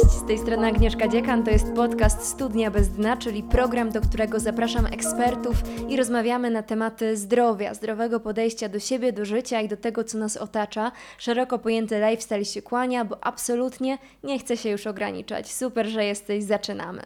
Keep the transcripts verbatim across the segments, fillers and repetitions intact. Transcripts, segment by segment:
z tej strony Agnieszka Dziekan, to jest podcast Studnia bez dna, czyli program, do którego zapraszam ekspertów i rozmawiamy na tematy zdrowia, zdrowego podejścia do siebie, do życia i do tego, co nas otacza. Szeroko pojęty lifestyle się kłania, bo absolutnie nie chcę się już ograniczać. Super, że jesteś, zaczynamy.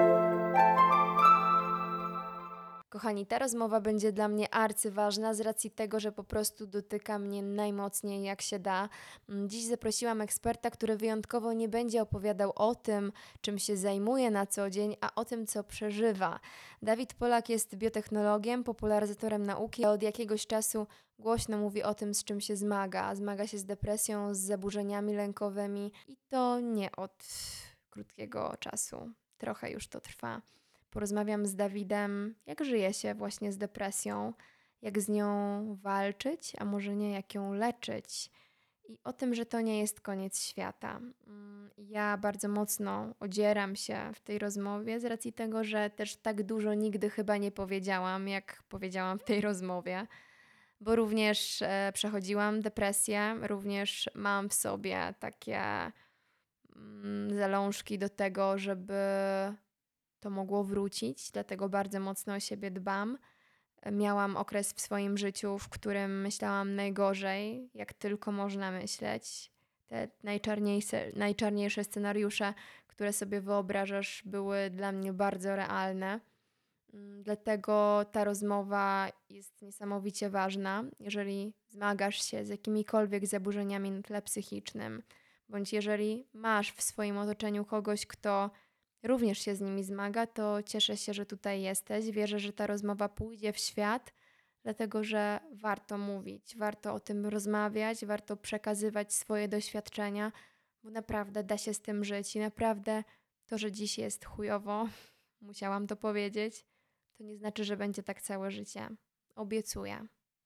Kochani, ta rozmowa będzie dla mnie arcyważna z racji tego, że po prostu dotyka mnie najmocniej jak się da. Dziś zaprosiłam eksperta, który wyjątkowo nie będzie opowiadał o tym, czym się zajmuje na co dzień, a o tym, co przeżywa. Dawid Polak jest biotechnologiem, popularyzatorem nauki, a od jakiegoś czasu głośno mówi o tym, z czym się zmaga. Zmaga się z depresją, z zaburzeniami lękowymi i to nie od krótkiego czasu. Trochę już to trwa. Porozmawiam z Dawidem, jak żyje się właśnie z depresją, jak z nią walczyć, a może nie, jak ją leczyć i o tym, że to nie jest koniec świata. Ja bardzo mocno odzieram się w tej rozmowie z racji tego, że też tak dużo nigdy chyba nie powiedziałam, jak powiedziałam w tej rozmowie, bo również e, przechodziłam depresję, również mam w sobie takie mm, zalążki do tego, żeby to mogło wrócić, dlatego bardzo mocno o siebie dbam. Miałam okres w swoim życiu, w którym myślałam najgorzej, jak tylko można myśleć. Te najczarniejsze, najczarniejsze scenariusze, które sobie wyobrażasz, były dla mnie bardzo realne. Dlatego ta rozmowa jest niesamowicie ważna. Jeżeli zmagasz się z jakimikolwiek zaburzeniami na tle psychicznym, bądź jeżeli masz w swoim otoczeniu kogoś, kto również się z nimi zmaga, to cieszę się, że tutaj jesteś. Wierzę, że ta rozmowa pójdzie w świat, dlatego że warto mówić, warto o tym rozmawiać, warto przekazywać swoje doświadczenia, bo naprawdę da się z tym żyć i naprawdę to, że dziś jest chujowo, musiałam to powiedzieć, to nie znaczy, że będzie tak całe życie. Obiecuję.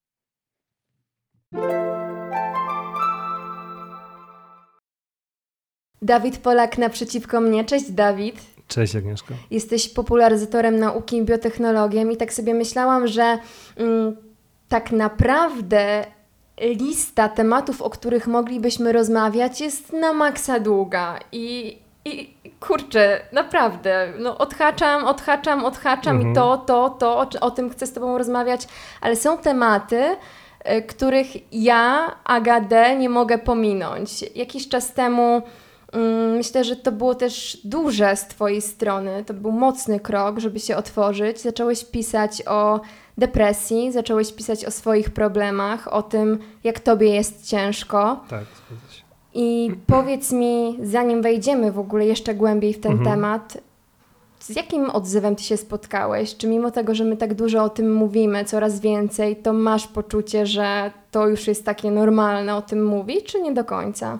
Dawid Polak naprzeciwko mnie. Cześć Dawid. Cześć Agnieszko. Jesteś popularyzatorem nauki i biotechnologiem i tak sobie myślałam, że mm, tak naprawdę lista tematów, o których moglibyśmy rozmawiać, jest na maksa długa i, i kurczę, naprawdę, no odhaczam, odhaczam, odhaczam mhm. i to, to, to, o, o tym chcę z Tobą rozmawiać, ale są tematy, y, których ja, Aga D, nie mogę pominąć. Jakiś czas temu myślę, że to było też duże z Twojej strony, to był mocny krok, żeby się otworzyć. Zacząłeś pisać o depresji, zacząłeś pisać o swoich problemach, o tym, jak Tobie jest ciężko. Tak, zgadza się. I powiedz mi, zanim wejdziemy w ogóle jeszcze głębiej w ten mhm. temat, z jakim odzewem Ty się spotkałeś? Czy mimo tego, że my tak dużo o tym mówimy, coraz więcej, to masz poczucie, że to już jest takie normalne o tym mówić, czy nie do końca?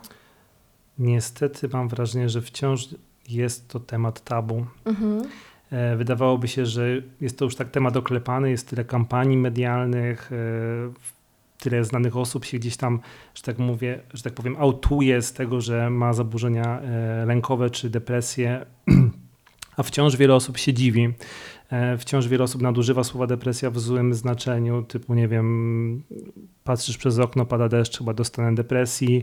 Niestety mam wrażenie, że wciąż jest to temat tabu. Mhm. Wydawałoby się, że jest to już tak temat oklepany, jest tyle kampanii medialnych, tyle znanych osób się gdzieś tam, że tak mówię, że tak powiem, autuje z tego, że ma zaburzenia lękowe czy depresję, a wciąż wiele osób się dziwi. Wciąż wiele osób nadużywa słowa depresja w złym znaczeniu, typu nie wiem, patrzysz przez okno, pada deszcz, chyba dostanę depresji.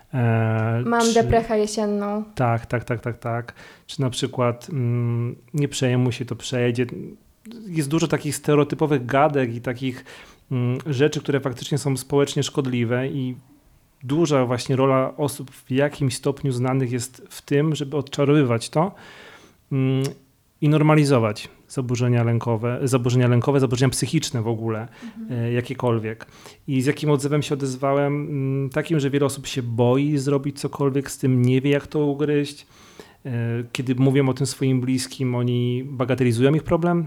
Mam czy... deprechę jesienną. Tak, tak, tak, tak, tak. Czy na przykład mm, nie przejmuj się, to przejdzie. Jest dużo takich stereotypowych gadek i takich mm, rzeczy, które faktycznie są społecznie szkodliwe i duża właśnie rola osób w jakimś stopniu znanych jest w tym, żeby odczarowywać to mm, i normalizować zaburzenia lękowe, zaburzenia lękowe, zaburzenia psychiczne w ogóle, mhm. jakiekolwiek. I z jakim odzewem się odezwałem? Takim, że wiele osób się boi zrobić cokolwiek z tym, nie wie jak to ugryźć. Kiedy mówią o tym swoim bliskim, oni bagatelizują ich problem.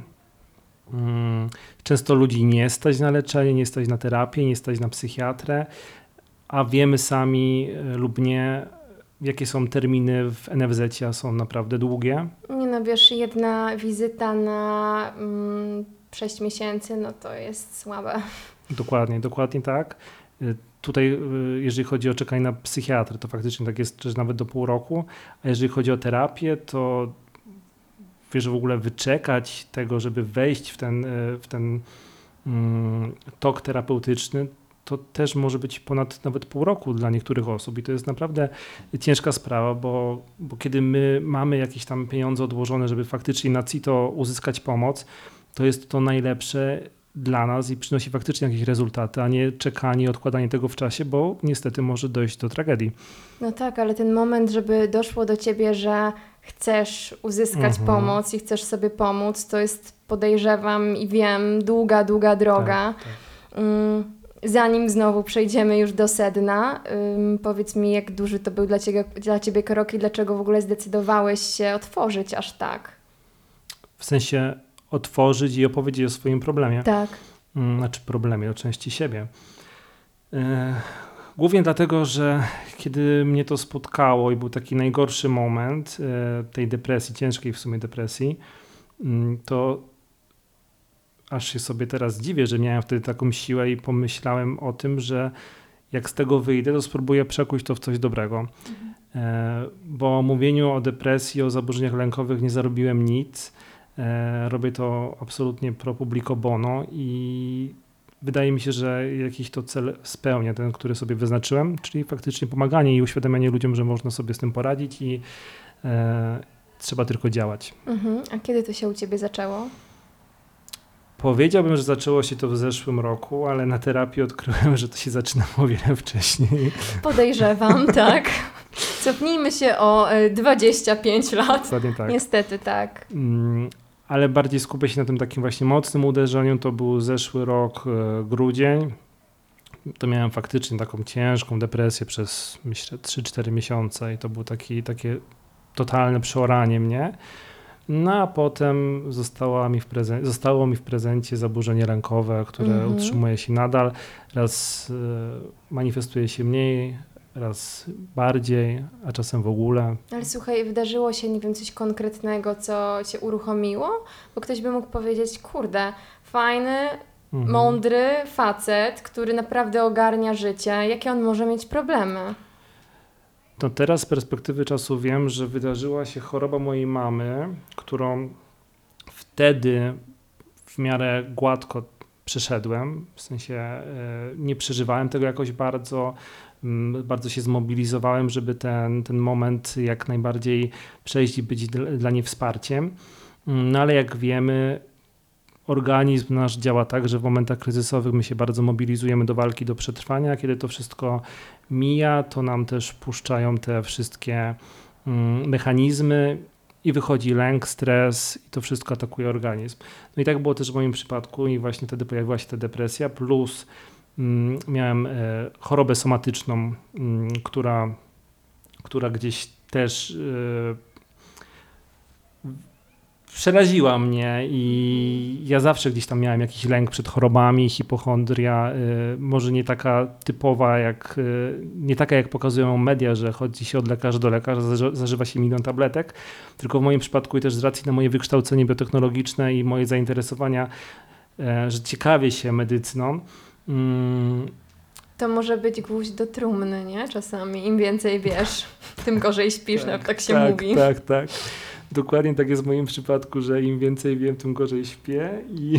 Często ludzi nie stać na leczenie, nie stać na terapię, nie stać na psychiatrę, a wiemy sami lub nie, jakie są terminy w N F Z, a są naprawdę długie. Nie no, wiesz, jedna wizyta na mm, sześć miesięcy, no to jest słabe. Dokładnie, dokładnie tak. Tutaj, jeżeli chodzi o czekanie na psychiatrę, to faktycznie tak jest, że nawet do pół roku, a jeżeli chodzi o terapię, to wiesz, w ogóle wyczekać tego, żeby wejść w ten, w ten mm, tok terapeutyczny, to też może być ponad nawet pół roku dla niektórych osób i to jest naprawdę ciężka sprawa, bo, bo kiedy my mamy jakieś tam pieniądze odłożone, żeby faktycznie na C I T O uzyskać pomoc, to jest to najlepsze dla nas i przynosi faktycznie jakieś rezultaty, a nie czekanie i odkładanie tego w czasie, bo niestety może dojść do tragedii. No tak, ale ten moment, żeby doszło do ciebie, że chcesz uzyskać Mhm. pomoc i chcesz sobie pomóc, to jest, podejrzewam i wiem, długa, długa droga. Tak, tak. Mm, Zanim znowu przejdziemy już do sedna, ym, powiedz mi, jak duży to był dla ciebie, dla ciebie krok i dlaczego w ogóle zdecydowałeś się otworzyć aż tak? W sensie otworzyć i opowiedzieć o swoim problemie. Tak. Mm, Znaczy problemie, o części siebie. E, Głównie dlatego, że kiedy mnie to spotkało i był taki najgorszy moment e, tej depresji, ciężkiej w sumie depresji, mm, to aż się sobie teraz dziwię, że miałem wtedy taką siłę i pomyślałem o tym, że jak z tego wyjdę, to spróbuję przekuć to w coś dobrego. E, Bo o mówieniu o depresji, o zaburzeniach lękowych nie zarobiłem nic. E, Robię to absolutnie pro publico bono i wydaje mi się, że jakiś to cel spełnia, ten, który sobie wyznaczyłem, czyli faktycznie pomaganie i uświadamianie ludziom, że można sobie z tym poradzić i e, trzeba tylko działać. Mhm. A kiedy to się u ciebie zaczęło? Powiedziałbym, że zaczęło się to w zeszłym roku, ale na terapii odkryłem, że to się zaczyna o wiele wcześniej. Podejrzewam, tak. Cofnijmy się o y, dwadzieścia pięć lat. Dokładnie tak. Niestety tak. Mm, Ale bardziej skupię się na tym takim właśnie mocnym uderzeniu. To był zeszły rok, e, grudzień. To miałem faktycznie taką ciężką depresję przez, myślę, trzy cztery miesiące i to było taki, takie totalne przeoranie mnie. No a potem została mi w prezen- zostało mi w prezencie zaburzenie lękowe, które Mhm. utrzymuje się nadal. Raz e, manifestuje się mniej, raz bardziej, a czasem w ogóle. Ale słuchaj, wydarzyło się, nie wiem, coś konkretnego, co cię uruchomiło? Bo ktoś by mógł powiedzieć, kurde, fajny, Mhm. mądry facet, który naprawdę ogarnia życie. Jakie on może mieć problemy? To teraz z perspektywy czasu wiem, że wydarzyła się choroba mojej mamy, którą wtedy w miarę gładko przeszedłem, w sensie e, nie przeżywałem tego jakoś bardzo, mm, bardzo się zmobilizowałem, żeby ten, ten moment jak najbardziej przejść i być dla, dla niej wsparciem. Mm, No ale jak wiemy, organizm nasz działa tak, że w momentach kryzysowych my się bardzo mobilizujemy do walki, do przetrwania, a kiedy to wszystko mija, to nam też puszczają te wszystkie mm, mechanizmy i wychodzi lęk, stres i to wszystko atakuje organizm. No i tak było też w moim przypadku i właśnie wtedy pojawiła się ta depresja, plus mm, miałem e, chorobę somatyczną, mm, która, która gdzieś też e, przeraziła mnie i ja zawsze gdzieś tam miałem jakiś lęk przed chorobami, hipochondria, y, może nie taka typowa jak, y, nie taka jak pokazują media, że chodzi się od lekarza do lekarza, zaży- zażywa się milion tabletek, tylko w moim przypadku i też z racji na moje wykształcenie biotechnologiczne i moje zainteresowania, y, że ciekawię się medycyną, mm, To może być gwóźdź do trumny, nie? Czasami. Im więcej wiesz, tym gorzej śpisz, tak, tak się tak, mówi. Tak, tak. Dokładnie tak jest w moim przypadku, że im więcej wiem, tym gorzej śpię i,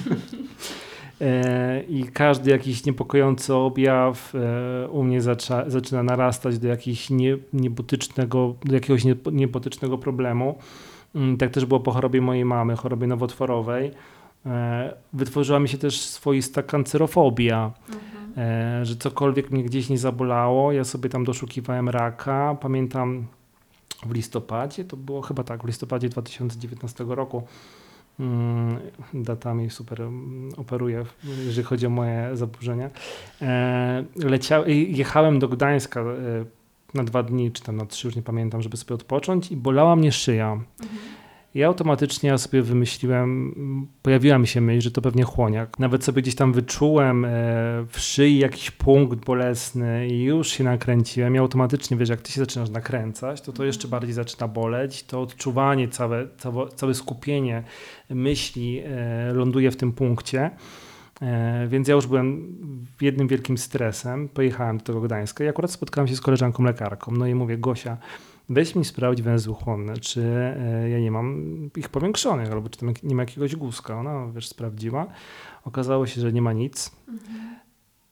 e, i każdy jakiś niepokojący objaw e, u mnie zaczą, zaczyna narastać do, jakichś nie, niebotycznego, do jakiegoś nie, niebotycznego problemu. Mm, Tak też było po chorobie mojej mamy, chorobie nowotworowej. E, Wytworzyła mi się też swoista kancerofobia. E, że cokolwiek mnie gdzieś nie zabolało, ja sobie tam doszukiwałem raka. Pamiętam w listopadzie, to było chyba tak, w listopadzie dwa tysiące dziewiętnastego roku, mm, datami super mm, operuję, jeżeli chodzi o moje zaburzenia. E, lecia- jechałem do Gdańska e, na dwa dni, czy tam na trzy, już nie pamiętam, żeby sobie odpocząć i bolała mnie szyja. I automatycznie ja sobie wymyśliłem, pojawiła mi się myśl, że to pewnie chłoniak. Nawet sobie gdzieś tam wyczułem e, w szyi jakiś punkt bolesny i już się nakręciłem i automatycznie, wiesz, jak ty się zaczynasz nakręcać, to to jeszcze bardziej zaczyna boleć. To odczuwanie, całe, całe, całe skupienie myśli e, ląduje w tym punkcie. E, Więc ja już byłem w jednym wielkim stresem. Pojechałem do tego Gdańska i akurat spotkałem się z koleżanką lekarką. No i mówię, Gosia, weź mi sprawdź węzły chłonne, czy e, ja nie mam ich powiększonych, albo czy tam nie ma jakiegoś guzka. Ona, wiesz, sprawdziła. Okazało się, że nie ma nic.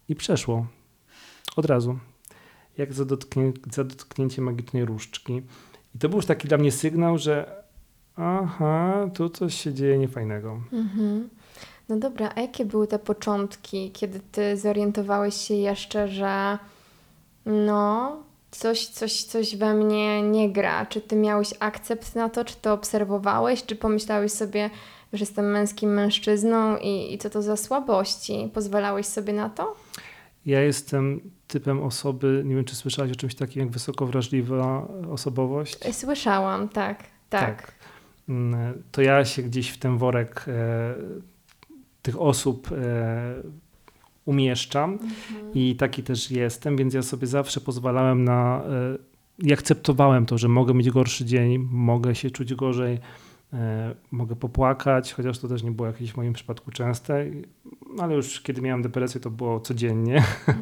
i przeszło. Od razu. Jak za, dotknię, za dotknięcie magicznej różdżki. I to był już taki dla mnie sygnał, że aha, tu coś się dzieje niefajnego. Mhm. No dobra, a jakie były te początki, kiedy ty zorientowałeś się jeszcze, że no, coś, coś, coś we mnie nie gra? Czy ty miałeś akcept na to, czy to obserwowałeś, czy pomyślałeś sobie, że jestem męskim mężczyzną i, i co to za słabości? Pozwalałeś sobie na to? Ja jestem typem osoby, nie wiem czy słyszałeś o czymś takim jak wysoko wrażliwa osobowość? Słyszałam, tak, tak. Mm, To ja się gdzieś w ten worek e, tych osób e, umieszczam Mhm. i taki też jestem, więc ja sobie zawsze pozwalałem na e, i akceptowałem to, że mogę mieć gorszy dzień, mogę się czuć gorzej, e, mogę popłakać, chociaż to też nie było jakieś w moim przypadku częste, ale już kiedy miałem depresję, to było codziennie.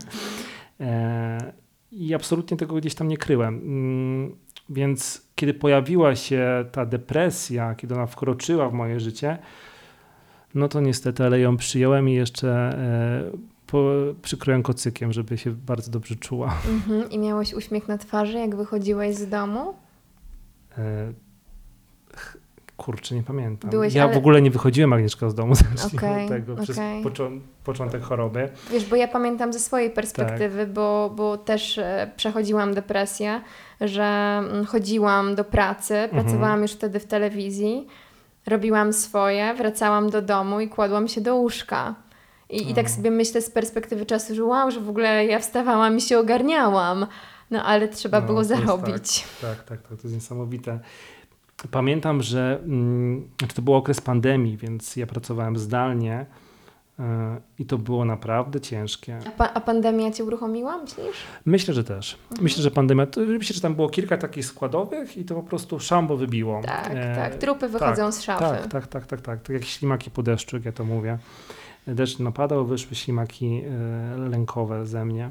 e, I absolutnie tego gdzieś tam nie kryłem. Mm, Więc kiedy pojawiła się ta depresja, kiedy ona wkroczyła w moje życie, no to niestety, ale ją przyjąłem i jeszcze e, po, przykryłem kocykiem, żeby się bardzo dobrze czuła. Mhm. I miałeś uśmiech na twarzy, jak wychodziłeś z domu? E, ch- kurczę, nie pamiętam. Byłeś, ja ale- w ogóle nie wychodziłem, Agnieszka, z domu zacznijmy Okej, od tego przez okej. począ- początek choroby. Wiesz, bo ja pamiętam ze swojej perspektywy, Tak. bo, bo też e, przechodziłam depresję, że mm, chodziłam do pracy, Mhm. pracowałam już wtedy w telewizji, robiłam swoje, wracałam do domu i kładłam się do łóżka. I, i tak O. sobie myślę z perspektywy czasu, że wow, że w ogóle ja wstawałam i się ogarniałam. No ale trzeba No, było to jest zarobić. Tak, tak, tak, to jest niesamowite. Pamiętam, że mm, znaczy to był okres pandemii, więc ja pracowałem zdalnie y, i to było naprawdę ciężkie. A, pa- a pandemia cię uruchomiła, myślisz? Myślę, że też. Mhm. Myślę, że pandemia, to, myślę, że tam było kilka takich składowych i to po prostu szambo wybiło. Tak, E, tak. Trupy wychodzą tak, z szafy. Tak, tak, tak, tak, tak. Tak jak ślimaki po deszczu, jak ja to mówię. Deszcz napadał, wyszły ślimaki e, lękowe ze mnie.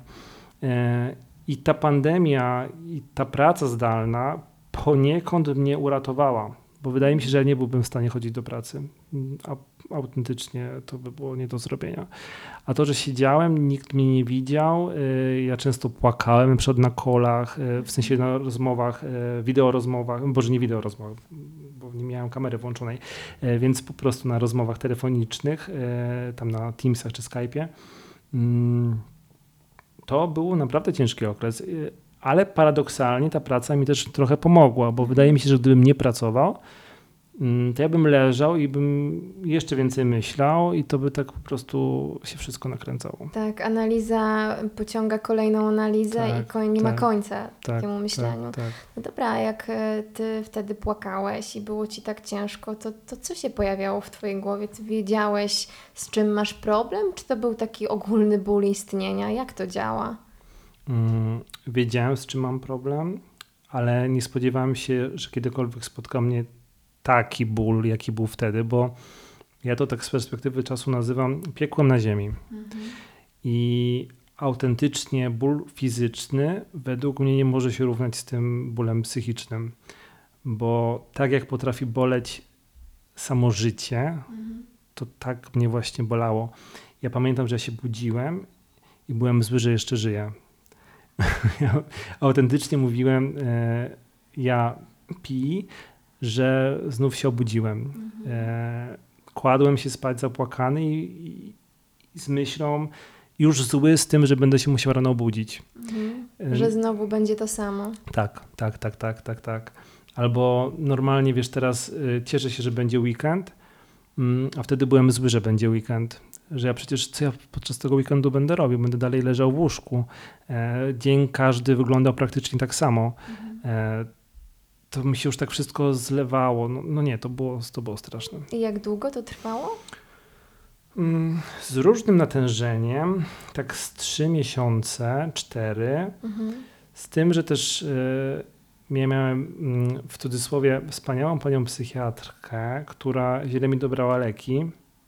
E, I ta pandemia i ta praca zdalna poniekąd mnie uratowała, bo wydaje mi się, że nie byłbym w stanie chodzić do pracy. A autentycznie to by było nie do zrobienia. A to, że siedziałem, nikt mnie nie widział, y, ja często płakałem na przykład na kolach, y, w sensie na rozmowach, y, wideorozmowach, boże nie wideorozmowach, bo nie miałem kamery włączonej, y, więc po prostu na rozmowach telefonicznych, y, tam na Teamsach czy Skype'ie. Mm, To był naprawdę ciężki okres, y, ale paradoksalnie ta praca mi też trochę pomogła, bo wydaje mi się, że gdybym nie pracował, mm, to ja bym leżał i bym jeszcze więcej myślał i to by tak po prostu się wszystko nakręcało. Tak, analiza pociąga kolejną analizę Tak, i koń, nie ma tak, końca Tak, takiemu myśleniu. tak, tak. No dobra, a jak e, ty wtedy płakałeś i było ci tak ciężko, to, to co się pojawiało w twojej głowie? Ty wiedziałeś, z czym masz problem? Czy to był taki ogólny ból istnienia? Jak to działa? Mm, Wiedziałem, z czym mam problem, ale nie spodziewałem się, że kiedykolwiek spotka mnie taki ból, jaki był wtedy, bo ja to tak z perspektywy czasu nazywam piekłem na ziemi. I autentycznie ból fizyczny według mnie nie może się równać z tym bólem psychicznym, bo tak jak potrafi boleć samo życie, to tak mnie właśnie bolało. Ja pamiętam, że ja się budziłem i byłem zły, że jeszcze żyję. Ja autentycznie mówiłem, e, ja pi, że znów się obudziłem. E, kładłem się spać zapłakany i, i, i z myślą już zły z tym, że będę się musiał rano obudzić. Mhm. E, Że znowu będzie to samo. Tak, tak, tak, tak, tak, tak. Albo normalnie, wiesz, teraz y, cieszę się, że będzie weekend, mm, a wtedy byłem zły, że będzie weekend. Że ja przecież co ja podczas tego weekendu będę robił? Będę dalej leżał w łóżku. E, dzień każdy wyglądał praktycznie tak samo. E, to mi się już tak wszystko zlewało. No, no nie, to było, to było straszne. I jak długo to trwało? Mm, z różnym natężeniem, tak z trzy miesiące, cztery. Mhm. Z tym, że też y, ja miałem mm, w cudzysłowie wspaniałą panią psychiatrkę, która źle mi dobrała leki.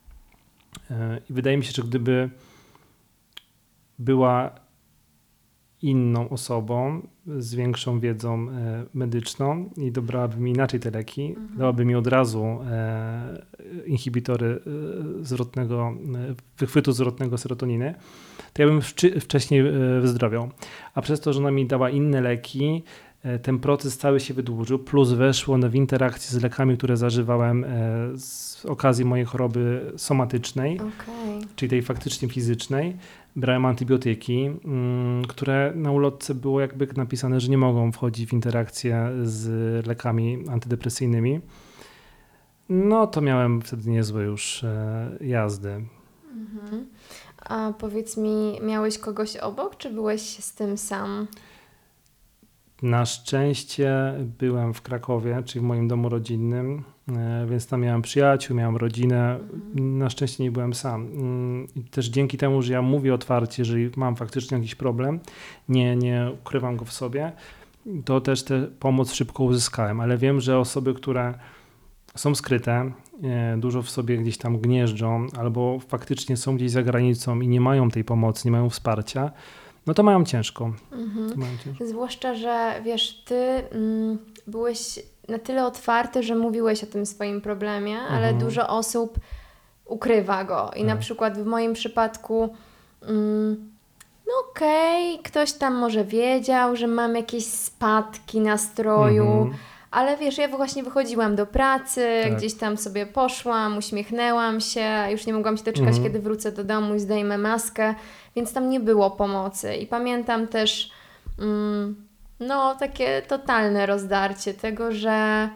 Y, I wydaje mi się, że gdyby była inną osobą z większą wiedzą e, medyczną i dobrałaby mi inaczej te leki, Mhm. dałaby mi od razu e, inhibitory e, zwrotnego, e, wychwytu zwrotnego serotoniny, to ja bym wczy, wcześniej e, wyzdrowiał. A przez to, że ona mi dała inne leki, e, ten proces cały się wydłużył, plus weszło one w interakcję z lekami, które zażywałem e, z okazji mojej choroby somatycznej, Okej. czyli tej faktycznie fizycznej. Brałem antybiotyki, mm, które na ulotce było jakby napisane, że nie mogą wchodzić w interakcję z lekami antydepresyjnymi. No to miałem wtedy niezłe już e, jazdy. Mhm. A powiedz mi, miałeś kogoś obok, czy byłeś z tym sam? Na szczęście byłem w Krakowie, czyli w moim domu rodzinnym, e, więc tam miałem przyjaciół, miałem rodzinę. Na szczęście nie byłem sam. Mm, I też dzięki temu, że ja mówię otwarcie, jeżeli mam faktycznie jakiś problem, nie, nie ukrywam go w sobie, to też tę pomoc szybko uzyskałem. Ale wiem, że osoby, które są skryte, e, dużo w sobie gdzieś tam gnieżdżą, albo faktycznie są gdzieś za granicą i nie mają tej pomocy, nie mają wsparcia, no to mają ciężko. Mhm. To mają ciężko. Zwłaszcza, że wiesz, ty mm, byłeś na tyle otwarty, że mówiłeś o tym swoim problemie, ale Mhm. dużo osób ukrywa go. I na Tak. przykład w moim przypadku, mm, no okej, ktoś tam może wiedział, że mam jakieś spadki nastroju, Mhm. ale wiesz, ja właśnie wychodziłam do pracy, Tak. gdzieś tam sobie poszłam, uśmiechnęłam się, już nie mogłam się doczekać, Mhm. kiedy wrócę do domu i zdejmę maskę, więc tam nie było pomocy. I pamiętam też mm, no takie totalne rozdarcie tego, że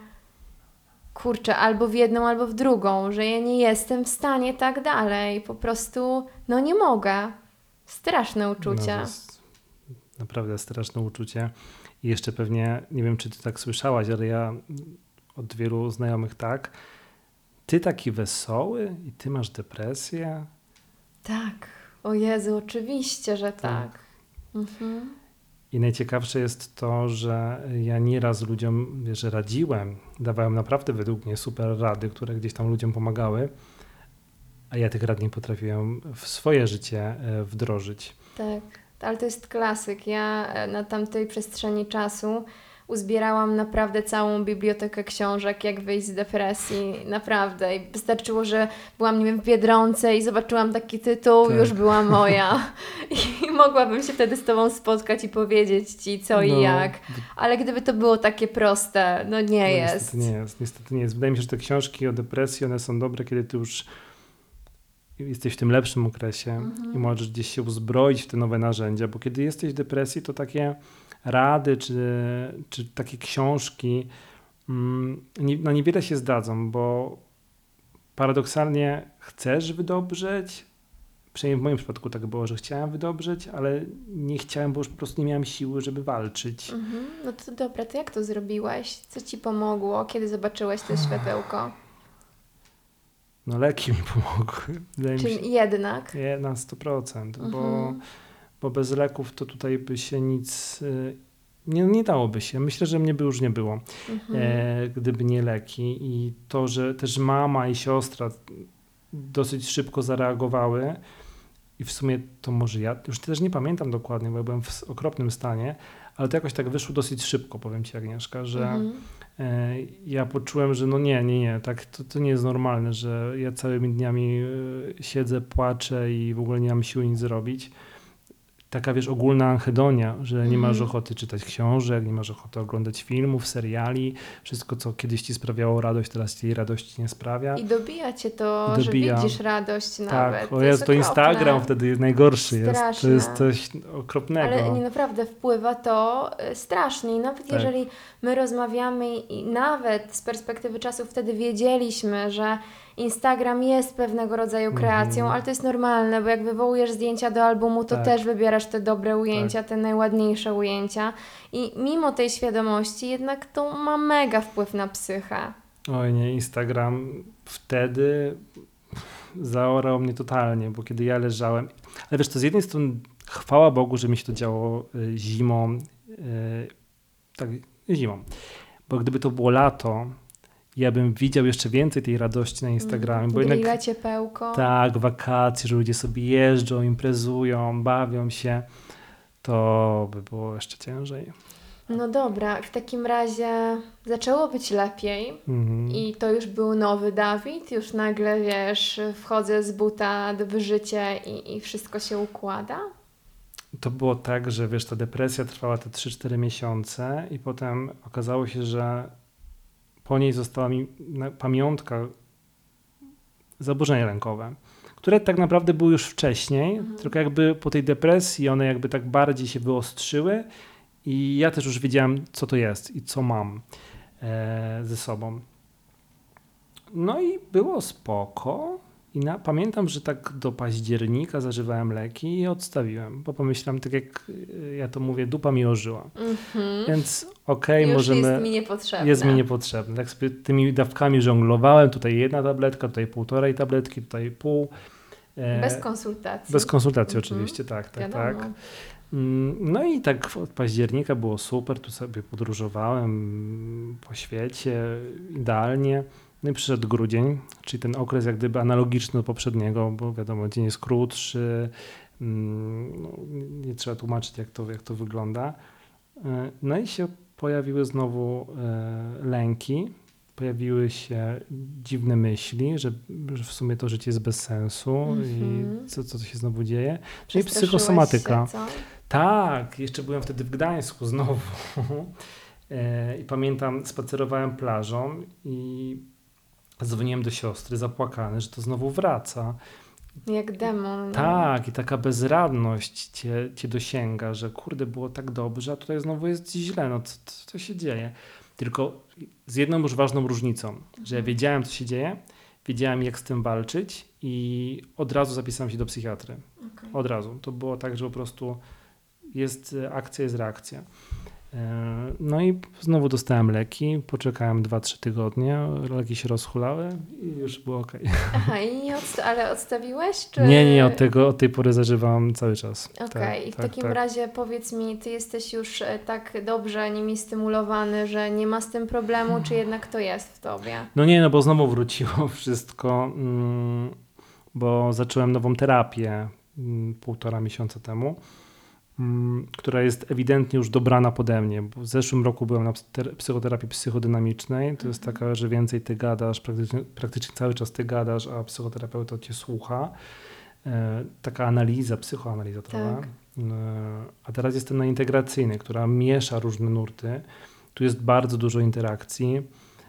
kurczę, albo w jedną, albo w drugą, że ja nie jestem w stanie tak dalej, po prostu no nie mogę. Straszne No, uczucie. to jest naprawdę straszne uczucie. I jeszcze pewnie, nie wiem, czy ty tak słyszałaś, ale ja od wielu znajomych tak. Ty taki wesoły i ty masz depresję? Tak, o Jezu, oczywiście, że tak. Tak. Mhm. I najciekawsze jest to, że ja nieraz ludziom, wiesz, radziłem, dawałem naprawdę według mnie super rady, które gdzieś tam ludziom pomagały, a ja tych rad nie potrafiłem w swoje życie e, wdrożyć. Tak, ale to jest klasyk. Ja e, na tamtej przestrzeni czasu uzbierałam naprawdę całą bibliotekę książek, jak wyjść z depresji. Naprawdę. I wystarczyło, że byłam, nie wiem, w Biedronce i zobaczyłam taki tytuł, Tak. już była moja. I mogłabym się wtedy z Tobą spotkać i powiedzieć Ci co i No, jak. Ale gdyby to było takie proste, no nie no, jest. Niestety nie jest, niestety nie jest. Wydaje mi się, że te książki o depresji, one są dobre, kiedy ty już jesteś w tym lepszym okresie Mhm. i możesz gdzieś się uzbroić w te nowe narzędzia, bo kiedy jesteś w depresji, to takie rady czy, czy takie książki mm, nie, na niewiele się zdadzą, bo paradoksalnie chcesz wydobrzeć, przynajmniej w moim przypadku tak było, że chciałem wydobrzeć, ale nie chciałem, bo już po prostu nie miałem siły, żeby walczyć. Mhm. No to dobra, to jak to zrobiłeś? Co Ci pomogło, kiedy zobaczyłeś to światełko? No leki mi pomogły. Wydaje mi się, Czyli jednak. nie, na sto procent, bo, Mhm. bo bez leków to tutaj by się nic y, nie, nie dałoby się. Myślę, że mnie by już nie było, Mhm. e, gdyby nie leki. I to, że też mama i siostra dosyć szybko zareagowały i w sumie to może ja, już też nie pamiętam dokładnie, bo ja byłem w okropnym stanie, ale to jakoś tak wyszło dosyć szybko, powiem Ci, Agnieszka, że Mhm. e, ja poczułem, że no nie, nie, nie, tak to, to nie jest normalne, że ja całymi dniami e, siedzę, płaczę i w ogóle nie mam siły nic zrobić. Taka, wiesz, ogólna anhedonia, że nie masz Mhm. ochoty czytać książek, nie masz ochoty oglądać filmów, seriali, wszystko, co kiedyś ci sprawiało radość, teraz ci radości nie sprawia. I dobija Cię to, I dobija. że widzisz radość nawet. Tak, o jest Jezu, to okropne. Instagram wtedy jest najgorszy jest, to Straszne. jest coś okropnego. Ale nie naprawdę wpływa to y, strasznie. I nawet Tak. jeżeli my rozmawiamy i nawet z perspektywy czasu wtedy wiedzieliśmy, że Instagram jest pewnego rodzaju kreacją, Mhm. ale to jest normalne, bo jak wywołujesz zdjęcia do albumu, to Tak. też wybierasz te dobre ujęcia, te najładniejsze ujęcia. I mimo tej świadomości jednak to ma mega wpływ na psychę. Oj nie, Instagram wtedy zaorał mnie totalnie, bo kiedy ja leżałem, ale wiesz, to z jednej strony chwała Bogu, że mi się to działo y, zimą, y, tak zimą, bo gdyby to było lato, ja bym widział jeszcze więcej tej radości na Instagramie, bo Grilla, jednak ciepełko. tak, wakacje, że ludzie sobie jeżdżą, imprezują, bawią się, to by było jeszcze ciężej. No dobra, w takim razie zaczęło być lepiej Mhm. i to już był nowy Dawid, już nagle, wiesz, wchodzę z buta w życie i, i wszystko się układa? To było tak, że wiesz, ta depresja trwała te trzy cztery miesiące i potem okazało się, że po niej została mi na- pamiątka zaburzenia lękowe, które tak naprawdę były już wcześniej, Mhm. tylko jakby po tej depresji one jakby tak bardziej się wyostrzyły i ja też już wiedziałem, co to jest i co mam e, ze sobą. No i było spoko. I na, pamiętam, że tak do października zażywałem leki i odstawiłem, bo pomyślałem, tak jak y, ja to mówię, dupa mi ożyła. Mhm. Więc okej, Już możemy... jest mi niepotrzebne. Jest mi niepotrzebne. Tak sobie tymi dawkami żonglowałem. Tutaj jedna tabletka, tutaj półtorej tabletki, tutaj pół. E, Bez konsultacji. Bez konsultacji Mhm. oczywiście, tak, tak, Wiadomo. tak. Mm, No i tak od października było super, tu sobie podróżowałem po świecie, idealnie. No i przyszedł grudzień, czyli ten okres jak gdyby analogiczny do poprzedniego, bo wiadomo, dzień jest krótszy, mm, no, nie trzeba tłumaczyć jak to, jak to wygląda. E, No i się pojawiły znowu e, lęki, pojawiły się dziwne myśli, że, że w sumie to życie jest bez sensu Mhm. i co, co się znowu dzieje. Czyli Przestraszyłeś psychosomatyka. się, co? Tak, jeszcze byłem wtedy w Gdańsku znowu E, i pamiętam, spacerowałem plażą i dzwoniłem do siostry zapłakany, że to znowu wraca. Jak demon. nie? Tak, i taka bezradność cię, cię dosięga, że kurde, było tak dobrze, a tutaj znowu jest źle, no co, co, co się dzieje? Tylko z jedną już ważną różnicą, że ja wiedziałem, co się dzieje, wiedziałem, jak z tym walczyć i od razu zapisałem się do psychiatry. Okej. Od razu. To było tak, że po prostu jest e, akcja, jest reakcja. E, No i znowu dostałem leki, poczekałem dwa trzy tygodnie, leki się rozhulały i już było ok. Aha, i nie odsta- ale odstawiłeś? Czy... Nie, nie, od, tego, od tej pory zażywam cały czas. Okej, Tak, i w tak, takim tak. razie powiedz mi, ty jesteś już e, tak dobrze nimi stymulowany, że nie ma z tym problemu, czy jednak to jest w tobie? No nie, no bo znowu wróciło wszystko, mm, bo zacząłem nową terapię mm, półtora miesiąca temu, mm, która jest ewidentnie już dobrana pode mnie, bo w zeszłym roku byłem na psy- psychoterapii psychodynamicznej, to jest taka, że więcej ty gadasz, praktycznie, praktycznie cały czas ty gadasz, a psychoterapeuta cię słucha. E, taka analiza, psychoanaliza trochę. Tak. E, a teraz jestem na integracyjnej, która miesza różne nurty. Tu jest bardzo dużo interakcji.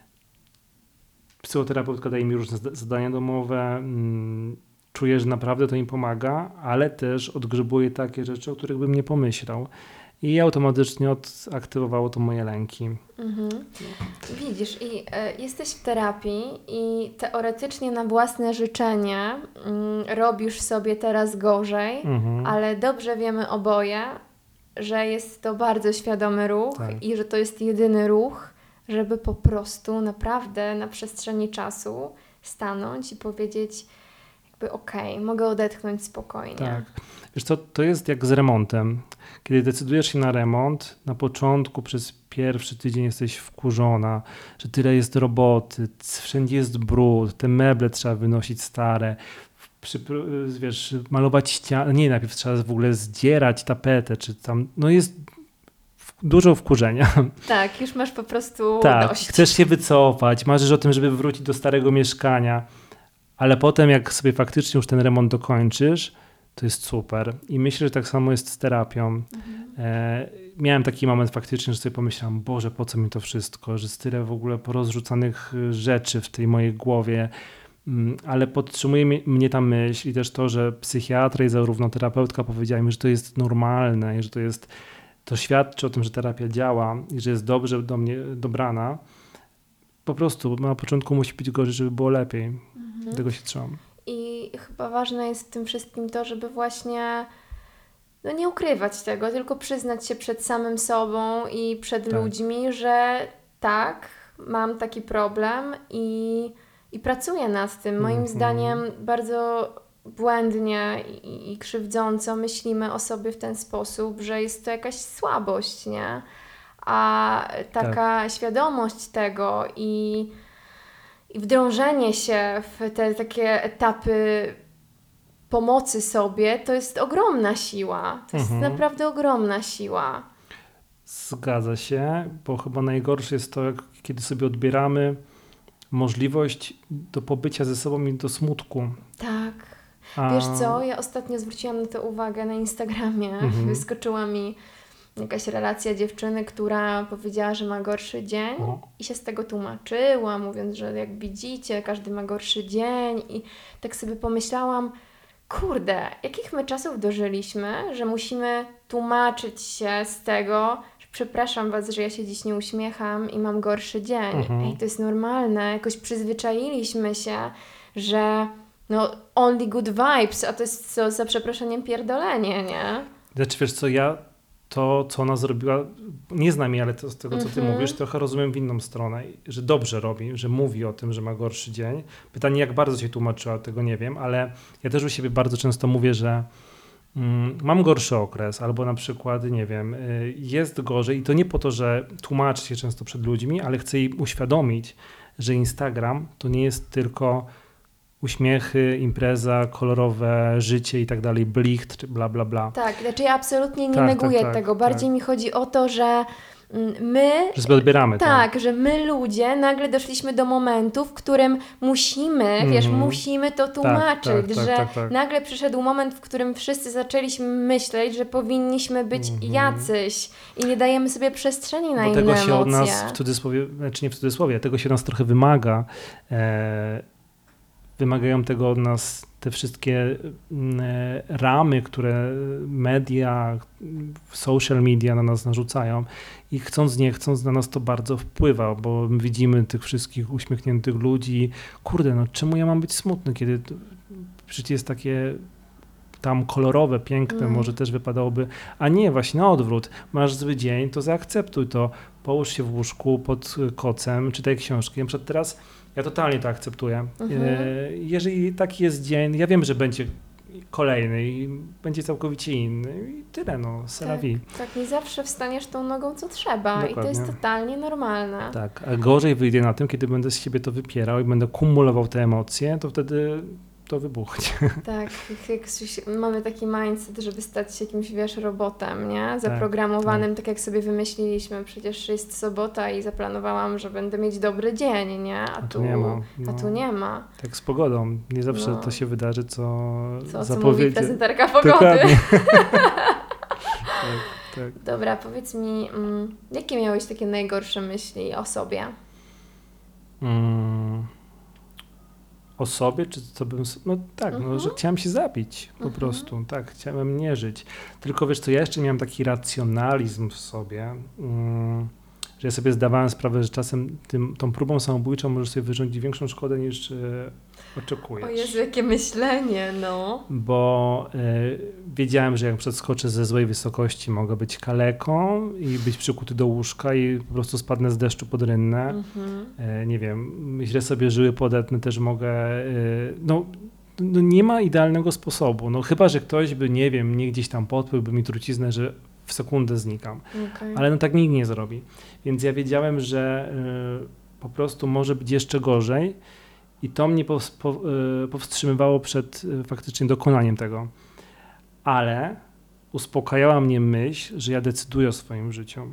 Psychoterapeutka daje mi różne zda- zadania domowe. mm, Czuję, że naprawdę to mi pomaga, ale też odgrzebuje takie rzeczy, o których bym nie pomyślał. I automatycznie odaktywowało to moje lęki. Mhm. Widzisz, i e, jesteś w terapii i teoretycznie na własne życzenie mm, robisz sobie teraz gorzej, Mhm. ale dobrze wiemy oboje, że jest to bardzo świadomy ruch Tak. i że to jest jedyny ruch, żeby po prostu naprawdę na przestrzeni czasu stanąć i powiedzieć jakby okej, mogę odetchnąć spokojnie. Tak. Wiesz co, to jest jak z remontem. Kiedy decydujesz się na remont, na początku przez pierwszy tydzień jesteś wkurzona, że tyle jest roboty, c- wszędzie jest brud, te meble trzeba wynosić stare, przy, wiesz, malować ściany, nie, najpierw trzeba w ogóle zdzierać tapetę, czy tam, no jest w- dużo wkurzenia. Tak, już masz po prostu Tak, dość. chcesz się wycofać, marzysz o tym, żeby wrócić do starego mieszkania, ale potem jak sobie faktycznie już ten remont dokończysz, to jest super. I myślę, że tak samo jest z terapią. Mhm. E, miałem taki moment faktycznie, że sobie pomyślałem, Boże, po co mi to wszystko, że jest tyle w ogóle porozrzucanych y, rzeczy w tej mojej głowie, Mm, ale podtrzymuje mi- mnie ta myśl i też to, że psychiatra i zarówno terapeutka powiedziała mi, że to jest normalne i że to jest, to świadczy o tym, że terapia działa i że jest dobrze do mnie dobrana. Po prostu na początku musi być gorzej, żeby było lepiej. Mhm. Tego się trzymam. I chyba ważne jest w tym wszystkim to, żeby właśnie no nie ukrywać tego, tylko przyznać się przed samym sobą i przed Tak. ludźmi, że tak, mam taki problem i, i pracuję nad tym. Moim Mhm. zdaniem bardzo błędnie i, i krzywdząco myślimy o sobie w ten sposób, że jest to jakaś słabość, nie? A taka świadomość tego i, i wdrążenie się w te takie etapy pomocy sobie, to jest ogromna siła. To jest Mhm. naprawdę ogromna siła. Zgadza się, bo chyba najgorsze jest to, jak, kiedy sobie odbieramy możliwość do pobycia ze sobą i do smutku. Tak. A... Wiesz co, ja ostatnio zwróciłam na to uwagę na Instagramie. Mhm. Wyskoczyła mi jakaś relacja dziewczyny, która powiedziała, że ma gorszy dzień O. i się z tego tłumaczyła, mówiąc, że jak widzicie, każdy ma gorszy dzień i tak sobie pomyślałam, kurde, jakich my czasów dożyliśmy, że musimy tłumaczyć się z tego, że przepraszam Was, że ja się dziś nie uśmiecham i mam gorszy dzień. Mhm. Ej, to jest normalne, jakoś przyzwyczailiśmy się, że no only good vibes, a to jest co, za przeproszeniem pierdolenie, nie? Znaczy wiesz co, ja to, co ona zrobiła, nie znam jej, ale to z tego, co ty Mhm. mówisz, trochę rozumiem w inną stronę, że dobrze robi, że mówi o tym, że ma gorszy dzień. Pytanie, jak bardzo się tłumaczyła, tego nie wiem, ale ja też u siebie bardzo często mówię, że mm, mam gorszy okres, albo na przykład, nie wiem, y, jest gorzej i to nie po to, że tłumaczę się często przed ludźmi, ale chcę jej uświadomić, że Instagram to nie jest tylko uśmiechy, impreza, kolorowe życie i tak dalej, blicht, czy bla, bla, bla. Tak, znaczy ja absolutnie nie Tak, neguję tak, tak, tego. Bardziej tak. mi chodzi o to, że mm, my, Że sobie odbieramy to. tak, że my ludzie nagle doszliśmy do momentu, w którym musimy, wiesz, Mhm. musimy to tłumaczyć, tak, tak, że tak, tak. nagle przyszedł moment, w którym wszyscy zaczęliśmy myśleć, że powinniśmy być Mhm. jacyś i nie dajemy sobie przestrzeni na Bo inne tego się od emocje. nas, w cudzysłowie, znaczy nie w cudzysłowie, tego się od nas trochę wymaga. E, wymagają tego od nas te wszystkie mm, e, ramy, które media, social media na nas narzucają i chcąc, nie chcąc, na nas to bardzo wpływa, bo widzimy tych wszystkich uśmiechniętych ludzi. Kurde, no czemu ja mam być smutny, kiedy to, przecież jest takie tam kolorowe, piękne, Mm. może też wypadałoby, a nie, właśnie na odwrót. Masz zły dzień, to zaakceptuj to. Połóż się w łóżku pod kocem, czytaj książki. Na przykład teraz ja totalnie to akceptuję. Mhm. E, Jeżeli taki jest dzień, ja wiem, że będzie kolejny i będzie całkowicie inny i tyle, no, c'est la Tak, vie. tak, nie zawsze wstaniesz tą nogą, co trzeba i to jest Dokładnie. totalnie normalne. Tak, a gorzej wyjdzie na tym, kiedy będę z siebie to wypierał i będę kumulował te emocje, to wtedy to wybuchnie. Tak, jak, jak coś- mamy taki mindset, żeby stać się jakimś, wiesz, robotem, nie? Zaprogramowanym, tak, jak sobie wymyśliliśmy. Przecież jest sobota i zaplanowałam, że będę mieć dobry dzień, nie? A, A tu tu nie ma. A No. tu nie ma. Tak z pogodą. Nie zawsze No. to się wydarzy, co, Co, co mówi zapowiedzie. prezenterka pogody. Dokładnie. tak, tak. Dobra, powiedz mi, mm, jakie miałeś takie najgorsze myśli o sobie? Mm. O sobie, czy co bym... s- No tak, Mhm. no, że chciałem się zabić po Mhm. prostu, tak, chciałem nie żyć. Tylko wiesz co, ja jeszcze miałem taki racjonalizm w sobie, mm, że ja sobie zdawałem sprawę, że czasem tym, tą próbą samobójczą możesz sobie wyrządzić większą szkodę niż e, oczekujesz. O Jezu, jakie myślenie, no. Bo e, wiedziałem, że jak przedskoczę ze złej wysokości, mogę być kaleką i być przykuty do łóżka i po prostu spadnę z deszczu pod rynnę. Mhm. E, nie wiem, źle sobie żyły podetnę, też mogę, e, no, no nie ma idealnego sposobu, no chyba, że ktoś by, nie wiem, mnie gdzieś tam podpłył, by mi truciznę, że w sekundę znikam, Okej. ale no tak nikt nie zrobi, więc ja wiedziałem, że e, po prostu może być jeszcze gorzej i to mnie pows- po, e, powstrzymywało przed e, faktycznie dokonaniem tego, ale uspokajała mnie myśl, że ja decyduję o swoim życiu.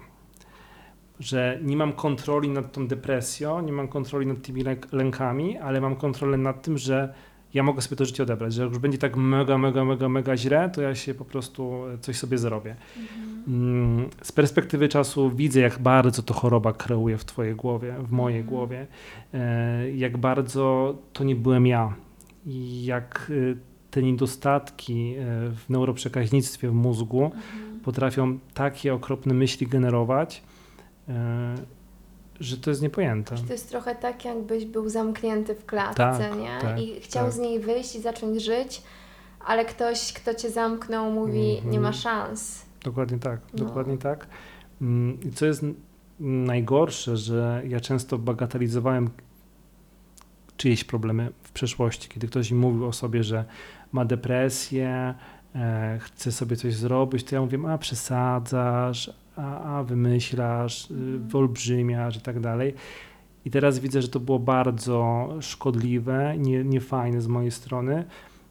Że nie mam kontroli nad tą depresją, nie mam kontroli nad tymi lęk- lękami, ale mam kontrolę nad tym, że ja mogę sobie to życie odebrać, że jak już będzie tak mega, mega, mega, mega źle, to ja się po prostu coś sobie zrobię. Mm, Z perspektywy czasu widzę, jak bardzo to choroba kreuje w twojej głowie, w mojej Mhm. głowie, e, jak bardzo to nie byłem ja i jak e, te niedostatki e, w neuroprzekaźnictwie w mózgu Mhm. potrafią takie okropne myśli generować, e, że to jest niepojęte. To jest trochę tak, jakbyś był zamknięty w klatce, Tak, nie? tak, I chciał tak. z niej wyjść i zacząć żyć, ale ktoś, kto cię zamknął, mówi, Mhm. nie ma szans. Dokładnie tak, No. dokładnie tak. Mm, I co jest n- najgorsze, że ja często bagatelizowałem czyjeś problemy w przeszłości, kiedy ktoś mi mówił o sobie, że ma depresję, e, chce sobie coś zrobić, to ja mówię, a przesadzasz, a, a wymyślasz, y, Mhm. wyolbrzymiasz i tak dalej. I teraz widzę, że to było bardzo szkodliwe, nie, niefajne z mojej strony,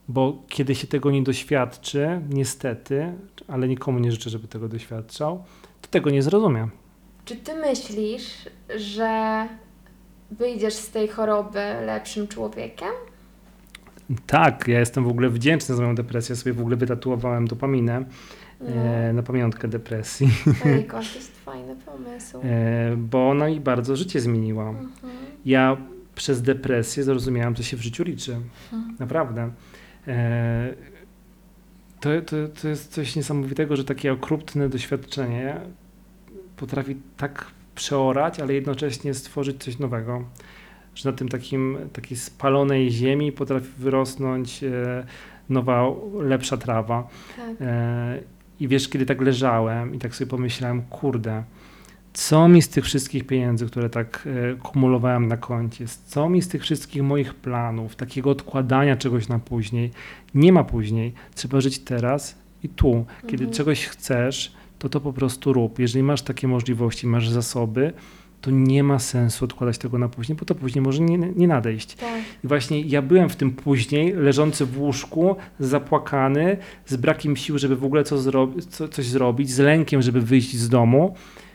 bo kiedy się tego nie doświadczy, niestety, ale nikomu nie życzę, żeby tego doświadczał, to tego nie zrozumie. Czy ty myślisz, że wyjdziesz z tej choroby lepszym człowiekiem? Tak, ja jestem w ogóle wdzięczny za moją depresję. Ja sobie w ogóle wytatuowałem dopaminę No. e, na pamiątkę depresji, Ojejku, to jest fajny pomysł. e, bo ona mi bardzo życie zmieniła. Mhm. Ja przez depresję zrozumiałem, co się w życiu liczy. Mhm. Naprawdę. E, to, to, to jest coś niesamowitego, że takie okrutne doświadczenie potrafi tak przeorać, ale jednocześnie stworzyć coś nowego. Że na tym takim, takiej spalonej ziemi potrafi wyrosnąć e, nowa, lepsza trawa. Tak. E, I wiesz, kiedy tak leżałem i tak sobie pomyślałem, kurde, co mi z tych wszystkich pieniędzy, które tak e, kumulowałem na koncie, co mi z tych wszystkich moich planów, takiego odkładania czegoś na później, nie ma później. Trzeba żyć teraz i tu. Kiedy Mhm. czegoś chcesz, to to po prostu rób. Jeżeli masz takie możliwości, masz zasoby, to nie ma sensu odkładać tego na później, bo to później może nie, nie nadejść. Tak. I właśnie ja byłem w tym później, leżący w łóżku, zapłakany, z brakiem sił, żeby w ogóle co zro- co, coś zrobić, z lękiem, żeby wyjść z domu.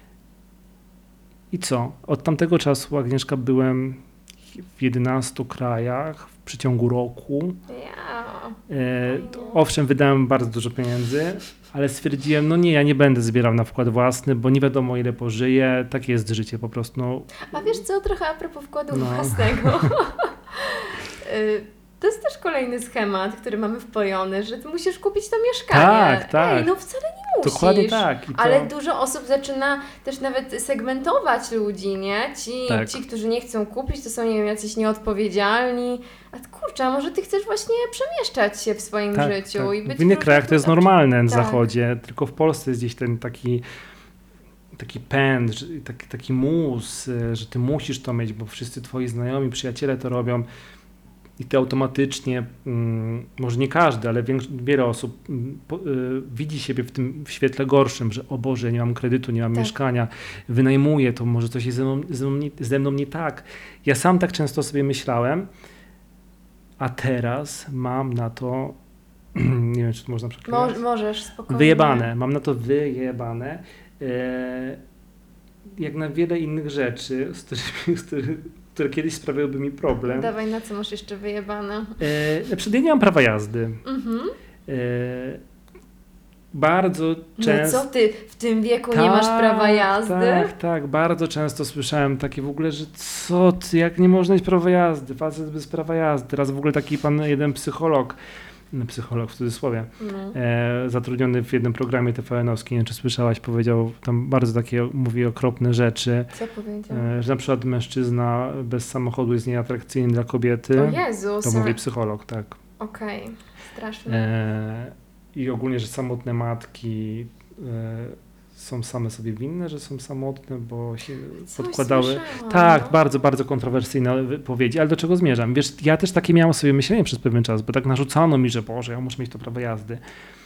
I co? Od tamtego czasu, Agnieszka, byłem w jedenastu krajach w przeciągu roku. Ja. E, to, owszem, wydałem bardzo dużo pieniędzy, ale stwierdziłem, no nie, ja nie będę zbierał na wkład własny, bo nie wiadomo ile pożyję, takie jest życie po prostu. No, A wiesz co, trochę a propos wkładu No. własnego. Y, To jest też kolejny schemat, który mamy wpojony, że ty musisz kupić to mieszkanie. Tak, tak. Ej, no wcale nie musisz. dokładnie tak. I to, Ale dużo osób zaczyna też nawet segmentować ludzi, nie? Ci, Tak. ci, którzy nie chcą kupić, to są, nie wiem, jacyś nieodpowiedzialni. A kurczę, a może ty chcesz właśnie przemieszczać się w swoim tak, życiu tak. i być W innych po krajach to jest prostu- normalne na tak. zachodzie, tylko w Polsce jest gdzieś ten taki taki pęd, że- taki, taki mus, y, że ty musisz to mieć, bo wszyscy twoi znajomi, przyjaciele to robią i ty automatycznie, mm, może nie każdy, ale większo- wiele osób mm, po, y, widzi siebie w tym w świetle gorszym, że o Boże, nie mam kredytu, nie mam Tak. mieszkania, wynajmuję, to może coś jest ze mną, ze, mną nie, ze mną nie tak. Ja sam tak często sobie myślałem, a teraz mam na to, nie wiem, czy to można przekazać. Mo- możesz spokojnie. Wyjebane, mam na to wyjebane. E, jak na wiele innych rzeczy, z którymi, z których, które kiedyś sprawiałyby mi problem. Dawaj, na co masz jeszcze wyjebane? E, na przykład ja nie mam prawa jazdy. Mhm. E, bardzo No często... co ty, w tym wieku nie masz prawa jazdy? Tak, tak, bardzo często słyszałem takie w ogóle, że co ty, jak nie można mieć prawa jazdy, facet bez prawa jazdy. Teraz w ogóle taki pan, jeden psycholog, no, psycholog w cudzysłowie, No. e, zatrudniony w jednym programie T V N-owskim, nie wiem czy słyszałaś, powiedział tam bardzo takie, mówi okropne rzeczy, Co powiedział? e, że na przykład mężczyzna bez samochodu jest nieatrakcyjny dla kobiety. O Jezus. To mówi psycholog, tak. Okej, straszne. E, I ogólnie, że samotne matki e, są same sobie winne, że są samotne, bo się Coś podkładały. słyszałam, Tak, no. bardzo, bardzo kontrowersyjne wypowiedzi, ale do czego zmierzam? Wiesz, ja też takie miałem sobie myślenie przez pewien czas, bo tak narzucano mi, że Boże, ja muszę mieć to prawo jazdy.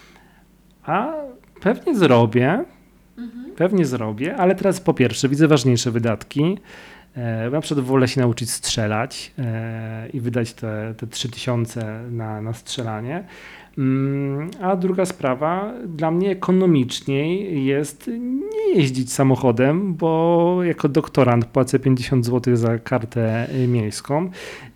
A pewnie zrobię, Mhm. pewnie zrobię, ale teraz po pierwsze widzę ważniejsze wydatki. E, na przykład wolę się nauczyć strzelać e, i wydać te, te trzy tysiące na, na strzelanie. Mm, a druga sprawa, dla mnie ekonomiczniej jest nie jeździć samochodem, bo jako doktorant płacę pięćdziesiąt złotych za kartę y, miejską.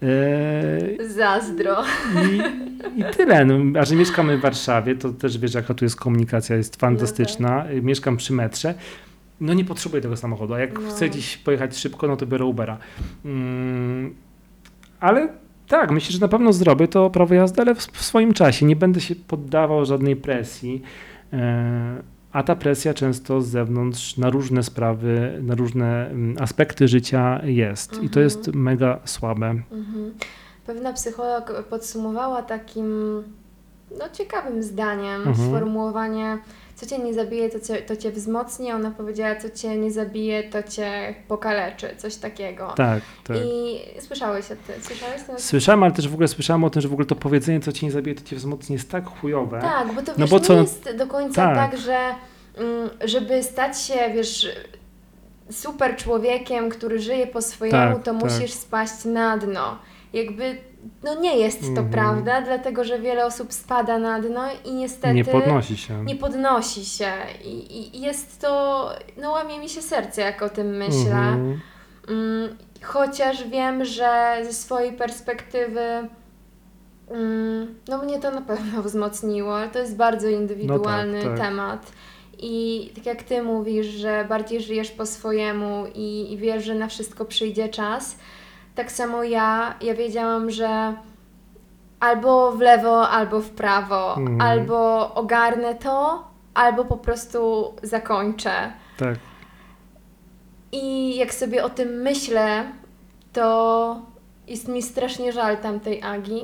E, Zazdro. i, I tyle. No, a że mieszkamy w Warszawie, to też wiesz, jaka tu jest komunikacja, jest fantastyczna. Y, Mieszkam przy metrze. No nie potrzebuję tego samochodu, a jak No. chcę gdzieś pojechać szybko, no to biorę Ubera. Mm, ale tak, myślę, że na pewno zrobię to prawo jazdy, ale w, w swoim czasie. Nie będę się poddawał żadnej presji. E, a ta presja często z zewnątrz na różne sprawy, na różne mm, aspekty życia jest. I to Mhm. jest mega słabe. Mhm. Pewna psycholog podsumowała takim no, ciekawym zdaniem Mhm. sformułowanie, co cię nie zabije, to cię, to cię wzmocni. Ona powiedziała, co cię nie zabije, to cię pokaleczy. Coś takiego. Tak, tak. I słyszałeś o tym? Słyszałeś to? Słyszałem, ale też w ogóle słyszałem o tym, że w ogóle to powiedzenie, co cię nie zabije, to cię wzmocni, jest tak chujowe. Tak, bo to No wiesz, bo co- nie jest do końca tak. tak, że mm, żeby stać się, wiesz, super człowiekiem, który żyje po swojemu, Tak, to tak. musisz spaść na dno. jakby no nie jest to Mhm. prawda, dlatego że wiele osób spada na dno i niestety Nie podnosi się. nie podnosi się i, i- i jest to, no łamie mi się serce jak o tym myślę. Mhm. Mm, chociaż wiem, że ze swojej perspektywy mm, no mnie to na pewno wzmocniło, ale to jest bardzo indywidualny No tak, tak. temat. I tak jak Ty mówisz, że bardziej żyjesz po swojemu i, i wiesz, że na wszystko przyjdzie czas, tak samo ja, ja wiedziałam, że albo w lewo, albo w prawo, Mhm. albo ogarnę to, albo po prostu zakończę. Tak. I jak sobie o tym myślę, to jest mi strasznie żal tamtej Agi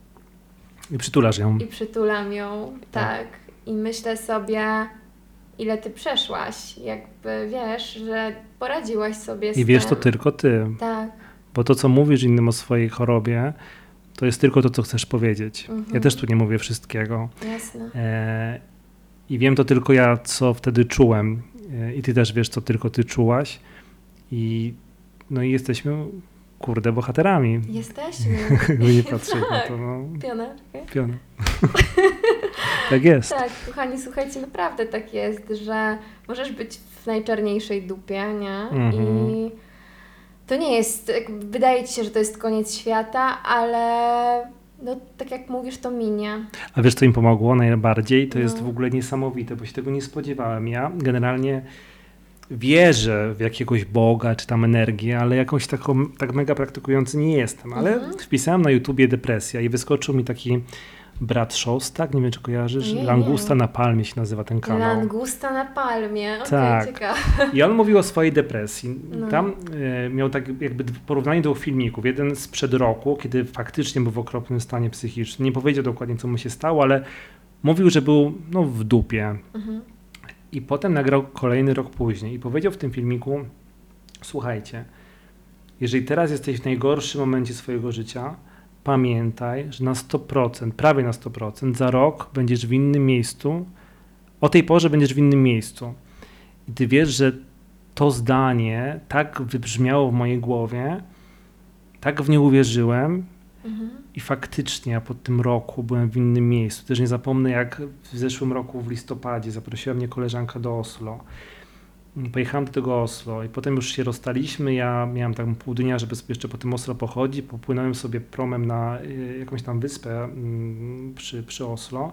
I przytulasz ją. i przytulam ją, Tak. tak. I myślę sobie, ile ty przeszłaś, jakby wiesz, że poradziłaś sobie z I wiesz, to tym. tylko ty. Tak, Bo to, co mówisz innym o swojej chorobie, to jest tylko to, co chcesz powiedzieć. Ja Mhm. też tu nie mówię wszystkiego. jasne. E, I wiem to tylko ja, co wtedy czułem. E, I ty też wiesz, co tylko ty czułaś. I no i jesteśmy, kurde, bohaterami. Jesteśmy. Jakby nie patrzeć na to. No, Pioneczkę. piona. Tak jest. Tak, kochani, słuchajcie, naprawdę tak jest, że możesz być w najczarniejszej dupie, nie? Mhm. I to nie jest, jakby wydaje ci się, że to jest koniec świata, ale no tak jak mówisz, to minie. A wiesz, co im pomogło najbardziej? To jest No. w ogóle niesamowite, bo się tego nie spodziewałem. Ja generalnie wierzę w jakiegoś Boga czy tam energię, ale jakąś taką, tak mega praktykujący nie jestem. Ale Mhm. wpisałem na YouTubie depresja i wyskoczył mi taki brat Szostak, nie wiem czy kojarzysz, Nie, nie. Langusta na Palmie się nazywa ten kanał. Langusta na palmie, okej, Tak. ciekawe. I on mówił o swojej depresji. No. Tam e, miał tak jakby porównanie do filmików. Jeden sprzed roku, kiedy faktycznie był w okropnym stanie psychicznym. Nie powiedział dokładnie, co mu się stało, ale mówił, że był no, w dupie. Mhm. I potem nagrał kolejny rok później i powiedział w tym filmiku: słuchajcie, jeżeli teraz jesteś w najgorszym momencie swojego życia, pamiętaj, że na sto procent, prawie na sto procent za rok będziesz w innym miejscu, o tej porze będziesz w innym miejscu. I ty wiesz, że to zdanie tak wybrzmiało w mojej głowie, tak w nie uwierzyłem Mhm. i faktycznie ja po tym roku byłem w innym miejscu. Też nie zapomnę, jak w zeszłym roku w listopadzie zaprosiła mnie koleżanka do Oslo. Pojechałem do tego Oslo i potem już się rozstaliśmy. Ja miałem tam pół dnia, żeby sobie jeszcze po tym Oslo pochodzić. Popłynąłem sobie promem na y, jakąś tam wyspę mm, przy, przy Oslo.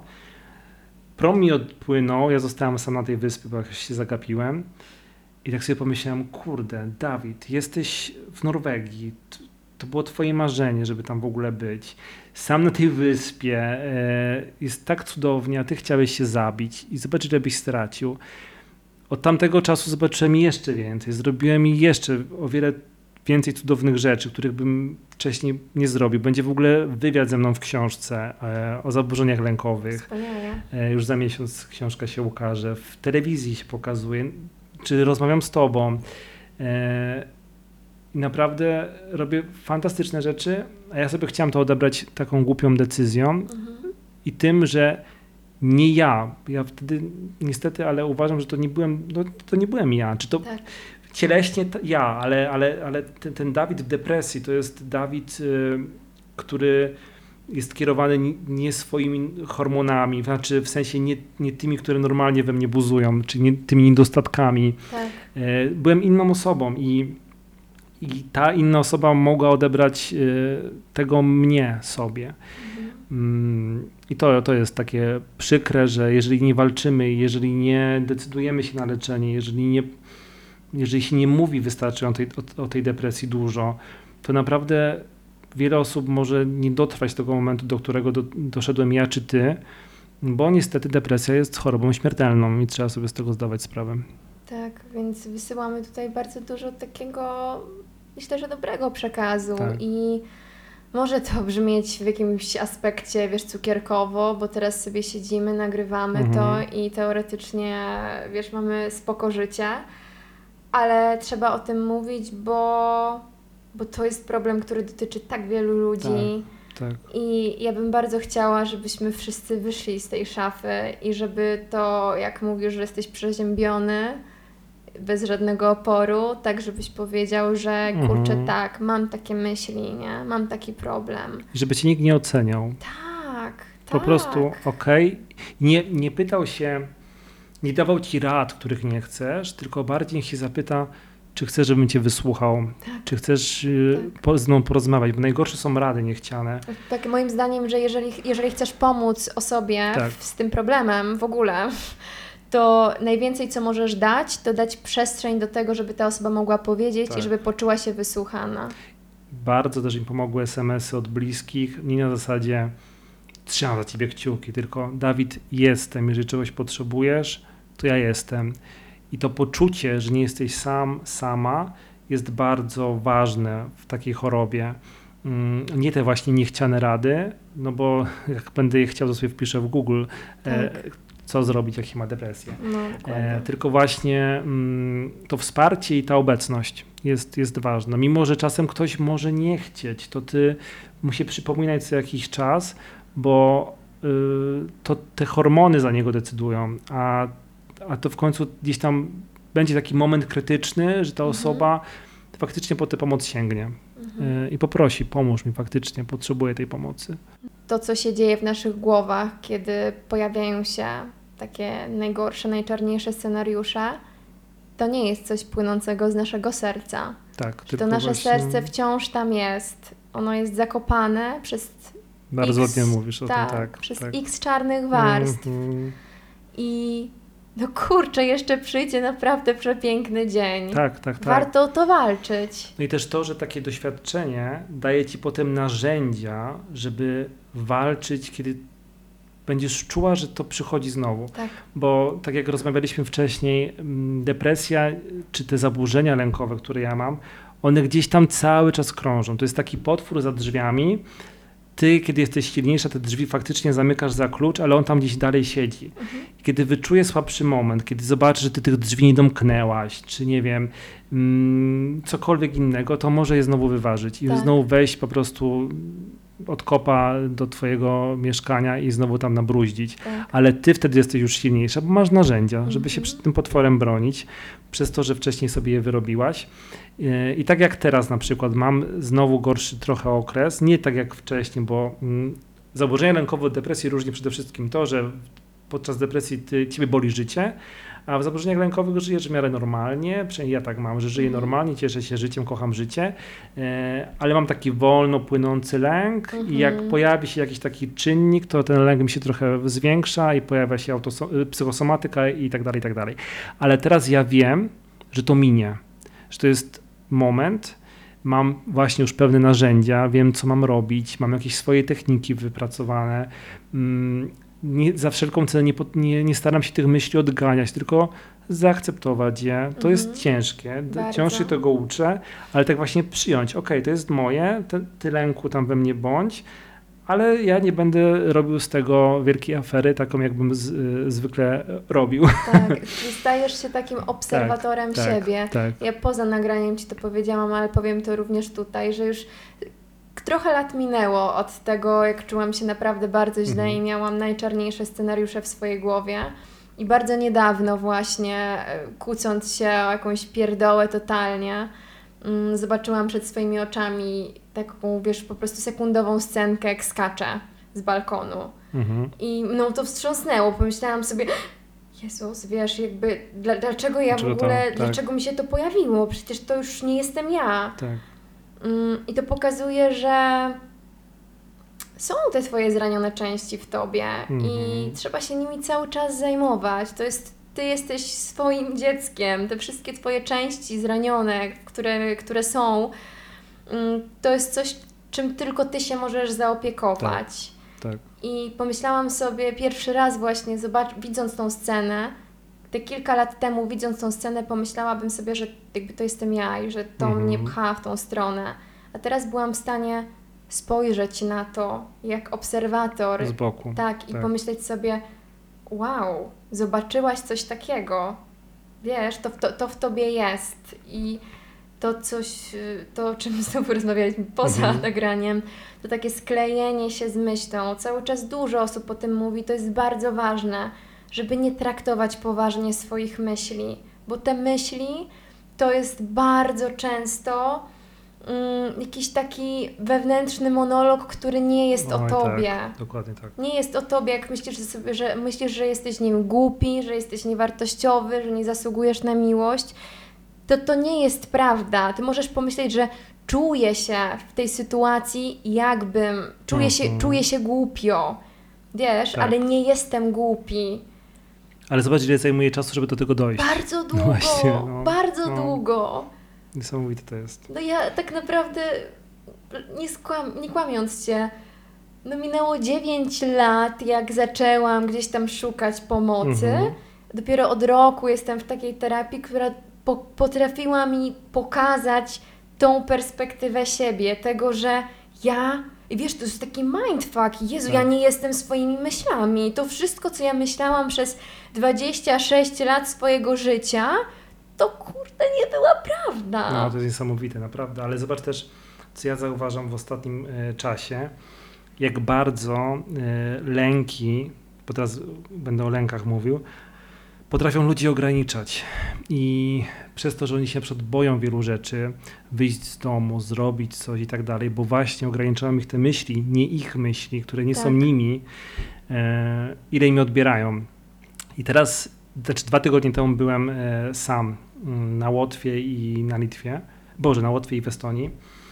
Prom mi odpłynął, ja zostałem sam na tej wyspie, bo jakoś się zagapiłem. I tak sobie pomyślałem, kurde, Dawid, jesteś w Norwegii. T- To było twoje marzenie, żeby tam w ogóle być. Sam na tej wyspie, e, jest tak cudownie, a ty chciałeś się zabić i zobacz, ile byś stracił. Od tamtego czasu zobaczyłem jeszcze więcej. Zrobiłem jeszcze o wiele więcej cudownych rzeczy, których bym wcześniej nie zrobił. Będzie w ogóle wywiad ze mną w książce e, o zaburzeniach lękowych. Wspaniale. E, już za miesiąc książka się ukaże. W telewizji się pokazuje. Czy rozmawiam z tobą. E, I naprawdę robię fantastyczne rzeczy, a ja sobie chciałem to odebrać taką głupią decyzją Mhm. i tym, że nie ja. Ja wtedy niestety, ale uważam, że to nie byłem, no, to nie byłem ja. Czy to Tak. cieleśnie t- ja, ale, ale, ale ten, ten Dawid w depresji to jest Dawid, y, który jest kierowany ni- nie swoimi hormonami, znaczy w sensie nie, nie tymi, które normalnie we mnie buzują, czy nie tymi niedostatkami. Tak. E, Byłem inną osobą i, i ta inna osoba mogła odebrać e, tego mnie sobie. Mhm. Mm, I to, to jest takie przykre, że jeżeli nie walczymy, jeżeli nie decydujemy się na leczenie, jeżeli, nie, jeżeli się nie mówi wystarczająco o, o tej depresji dużo, to naprawdę wiele osób może nie dotrwać do tego momentu, do którego do, doszedłem ja czy ty, bo niestety depresja jest chorobą śmiertelną i trzeba sobie z tego zdawać sprawę. Tak, więc wysyłamy tutaj bardzo dużo takiego, myślę, że dobrego przekazu Tak. i może to brzmieć w jakimś aspekcie, wiesz, cukierkowo, bo teraz sobie siedzimy, nagrywamy Mhm. to i teoretycznie, wiesz, mamy spoko życie, ale trzeba o tym mówić, bo, bo to jest problem, który dotyczy tak wielu ludzi. Tak. I ja bym bardzo chciała, żebyśmy wszyscy wyszli z tej szafy i żeby to, jak mówisz, że jesteś przeziębiony, bez żadnego oporu, tak żebyś powiedział, że kurczę, Mhm. tak, mam takie myśli, nie? Mam taki problem. Żeby cię nikt nie oceniał. Tak, Po tak. prostu okej. Nie, nie pytał się, nie dawał ci rad, których nie chcesz, tylko bardziej niech się zapyta, czy chcesz, żebym cię wysłuchał, Tak. czy chcesz y, Tak. po, z mną porozmawiać, bo najgorsze są rady niechciane. Tak moim zdaniem, że jeżeli, jeżeli chcesz pomóc osobie Tak. w, z tym problemem w ogóle, to najwięcej, co możesz dać, to dać przestrzeń do tego, żeby ta osoba mogła powiedzieć Tak. i żeby poczuła się wysłuchana. Bardzo też im pomogły es em esy od bliskich, nie na zasadzie trzymam za ciebie kciuki, tylko Dawid, jestem, jeżeli czegoś potrzebujesz, to ja jestem. I to poczucie, że nie jesteś sam, sama, jest bardzo ważne w takiej chorobie. Mm, Nie te właśnie niechciane rady, no bo jak będę je chciał, to sobie wpiszę w Google, e, Tak. co zrobić, jak się ma depresję. No, dokładnie. E, tylko właśnie mm, to wsparcie i ta obecność jest, jest ważna. Mimo, że czasem ktoś może nie chcieć, to ty mu się przypominać co jakiś czas, bo y, to te hormony za niego decydują, a, a to w końcu gdzieś tam będzie taki moment krytyczny, że ta Mhm. osoba faktycznie po tę pomoc sięgnie Mhm. y, i poprosi, pomóż mi faktycznie, potrzebuję tej pomocy. To, co się dzieje w naszych głowach, kiedy pojawiają się takie najgorsze, najczarniejsze scenariusze, to nie jest coś płynącego z naszego serca. Tak, To tylko nasze właśnie serce wciąż tam jest. Ono jest zakopane przez bardzo X, ładnie mówisz o tak, tym, tak. przez tak. x czarnych warstw. Mhm. I no kurczę, jeszcze przyjdzie naprawdę przepiękny dzień. Tak, tak, tak. Warto o to walczyć. No i też to, że takie doświadczenie daje ci potem narzędzia, żeby walczyć, kiedy będziesz czuła, że to przychodzi znowu. Tak. Bo tak jak rozmawialiśmy wcześniej, mm, depresja czy te zaburzenia lękowe, które ja mam, one gdzieś tam cały czas krążą. To jest taki potwór za drzwiami. Ty, kiedy jesteś silniejsza, te drzwi faktycznie zamykasz za klucz, ale on tam gdzieś dalej siedzi. Mhm. I kiedy wyczujesz słabszy moment, kiedy zobaczysz, że ty tych drzwi nie domknęłaś, czy nie wiem, mm, cokolwiek innego, to może je znowu wyważyć i Tak. znowu wejść po prostu od kopa do twojego mieszkania i znowu tam nabruździć. Tak. Ale ty wtedy jesteś już silniejsza, bo masz narzędzia, żeby się Mhm. przed tym potworem bronić, przez to, że wcześniej sobie je wyrobiłaś. Yy, I tak jak teraz na przykład mam znowu gorszy trochę okres, nie tak jak wcześniej, bo mm, zaburzenia lękowe od depresji różni przede wszystkim to, że podczas depresji ty, ciebie boli życie, a w zaburzeniach lękowych żyjesz w miarę normalnie, przynajmniej ja tak mam, że żyję Mhm. normalnie, cieszę się życiem, kocham życie, e, ale mam taki wolno płynący lęk i jak Mhm. pojawi się jakiś taki czynnik, to ten lęk mi się trochę zwiększa i pojawia się autoso- psychosomatyka i tak dalej, i tak dalej. Ale teraz ja wiem, że to minie, że to jest moment, mam właśnie już pewne narzędzia, wiem co mam robić, mam jakieś swoje techniki wypracowane, mm, nie, za wszelką cenę nie, pod- nie, nie staram się tych myśli odganiać, tylko zaakceptować je. To jest Mhm. ciężkie, d- Bardzo. wciąż się tego uczę, ale tak właśnie przyjąć, okej, to jest moje, ty, ty lęku tam we mnie bądź, ale ja nie będę robił z tego wielkiej afery, taką jakbym z, y, zwykle robił. Tak. I stajesz się takim obserwatorem tak, siebie. Tak, Ja poza nagraniem Ci to powiedziałam, ale powiem to również tutaj, że już trochę lat minęło od tego, jak czułam się naprawdę bardzo źle Mhm. i miałam najczarniejsze scenariusze w swojej głowie. I bardzo niedawno właśnie, e, kłócąc się o jakąś pierdołę totalnie, mm, zobaczyłam przed swoimi oczami taką, wiesz, po prostu sekundową scenkę, jak skaczę z balkonu. mhm. I mną to wstrząsnęło. Pomyślałam sobie, Jezus, wiesz, jakby dla, dlaczego ja Dlaczego w to? ogóle, Tak. dlaczego mi się to pojawiło? Przecież to już nie jestem ja. tak. Mm, I to pokazuje, że są te twoje zranione części w tobie i Mhm. trzeba się nimi cały czas zajmować. To jest, ty jesteś swoim dzieckiem. Te wszystkie twoje części zranione, które, które są, mm, to jest coś, czym tylko ty się możesz zaopiekować. Tak. I pomyślałam sobie pierwszy raz właśnie, zobacz, widząc tą scenę, te kilka lat temu widząc tą scenę, pomyślałabym sobie, że jakby to jestem ja i że to Mhm. mnie pcha w tą stronę. A teraz byłam w stanie spojrzeć na to jak obserwator, Z boku. tak, i tak. pomyśleć sobie, wow, zobaczyłaś coś takiego, wiesz, to, to, to w tobie jest i to coś, y, to o czym znowu rozmawialiśmy poza Mhm. nagraniem, to takie sklejenie się z myślą. Cały czas dużo osób o tym mówi, to jest bardzo ważne, żeby nie traktować poważnie swoich myśli, bo te myśli to jest bardzo często mm, jakiś taki wewnętrzny monolog, który nie jest o Oj, tobie. Tak, dokładnie tak. Nie jest o tobie, jak myślisz, że, sobie, że myślisz, że jesteś, nie wiem, głupi, że jesteś niewartościowy, że nie zasługujesz na miłość. To to nie jest prawda. Ty możesz pomyśleć, że czuję się w tej sytuacji jakbym, czuję, się, Mhm. czuję się głupio, wiesz, Tak. ale nie jestem głupi. Ale zobacz, ile zajmuje czasu, żeby do tego dojść. Bardzo długo, właśnie, no. bardzo No. długo. Niesamowite to jest. No ja tak naprawdę, nie, skłam, nie kłamiąc Cię, no minęło dziewięć lat, jak zaczęłam gdzieś tam szukać pomocy. Mhm. Dopiero od roku jestem w takiej terapii, która po, potrafiła mi pokazać tą perspektywę siebie, tego, że ja, i wiesz, to jest taki mindfuck, Jezu, Tak. ja nie jestem swoimi myślami. To wszystko, co ja myślałam przez dwadzieścia sześć lat swojego życia, to kurde nie była prawda. No, to jest niesamowite, naprawdę. Ale zobacz też, co ja zauważam w ostatnim e, czasie, jak bardzo e, lęki, bo teraz będę o lękach mówił, potrafią ludzi ograniczać. I przez to, że oni się na przykład boją wielu rzeczy, wyjść z domu, zrobić coś i tak dalej, bo właśnie ograniczają ich te myśli, nie ich myśli, które nie Tak. są nimi, e, ile im odbierają. I teraz, znaczy dwa tygodnie temu byłem e, sam mm, na Łotwie i na Litwie, Boże, na Łotwie i w Estonii,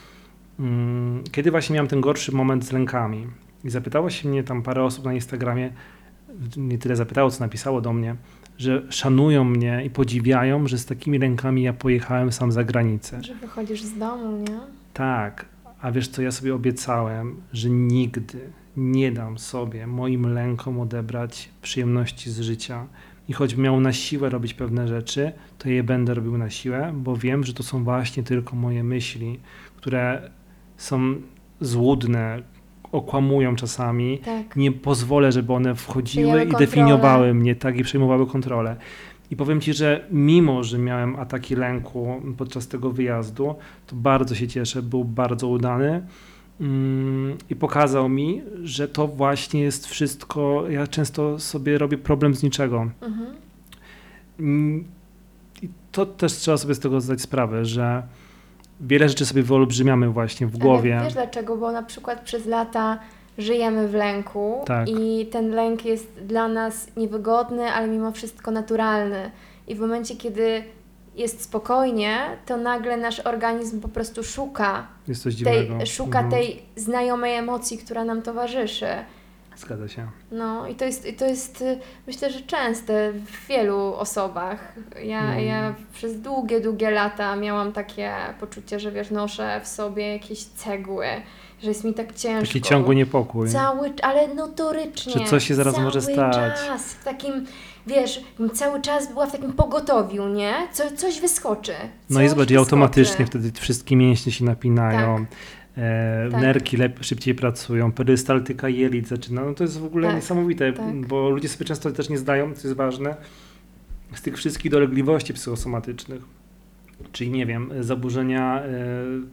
mm, kiedy właśnie miałem ten gorszy moment z lękami. I zapytało się mnie tam parę osób na Instagramie, nie tyle zapytało, co napisało do mnie, że szanują mnie i podziwiają, że z takimi lękami ja pojechałem sam za granicę. Że wychodzisz z domu, nie? Tak, a wiesz co, ja sobie obiecałem, że nigdy nie dam sobie, moim lękom odebrać przyjemności z życia. I choćbym miał na siłę robić pewne rzeczy, to je będę robił na siłę, bo wiem, że to są właśnie tylko moje myśli, które są złudne, okłamują czasami. Tak. Nie pozwolę, żeby one wchodziły Przejęły i kontrolę. definiowały mnie, tak, i przejmowały kontrolę. I powiem Ci, że mimo, że miałem ataki lęku podczas tego wyjazdu, to bardzo się cieszę, był bardzo udany mm, i pokazał mi, że to właśnie jest wszystko, ja często sobie robię problem z niczego. Mhm. Mm, I to też trzeba sobie z tego zdać sprawę, że wiele rzeczy sobie wyolbrzymiamy właśnie w głowie. Ale wiesz dlaczego? Bo na przykład przez lata żyjemy w lęku Tak. i ten lęk jest dla nas niewygodny, ale mimo wszystko naturalny. I w momencie, kiedy jest spokojnie, to nagle nasz organizm po prostu szuka Jest coś tej, dziwnego. szuka Mhm. tej znajomej emocji, która nam towarzyszy. Zgadza się. No i to jest, i to jest y, myślę, że częste w wielu osobach. Ja, Mm. ja przez długie, długie lata miałam takie poczucie, że wiesz, noszę w sobie jakieś cegły, że jest mi tak ciężko. Taki ciągły niepokój. Cały, ale notorycznie. Że coś się zaraz cały może stać. czas w takim, wiesz, cały czas była w takim pogotowiu, nie? Co, coś wyskoczy. No coś i zobacz, i wyskoczy. automatycznie wtedy wszystkie mięśnie się napinają, Tak. e, Tak. nerki lep- szybciej pracują, perystaltyka jelit zaczyna. No to jest w ogóle Tak, niesamowite, tak. bo ludzie sobie często też nie zdają, co jest ważne, z tych wszystkich dolegliwości psychosomatycznych, czyli nie wiem, zaburzenia e,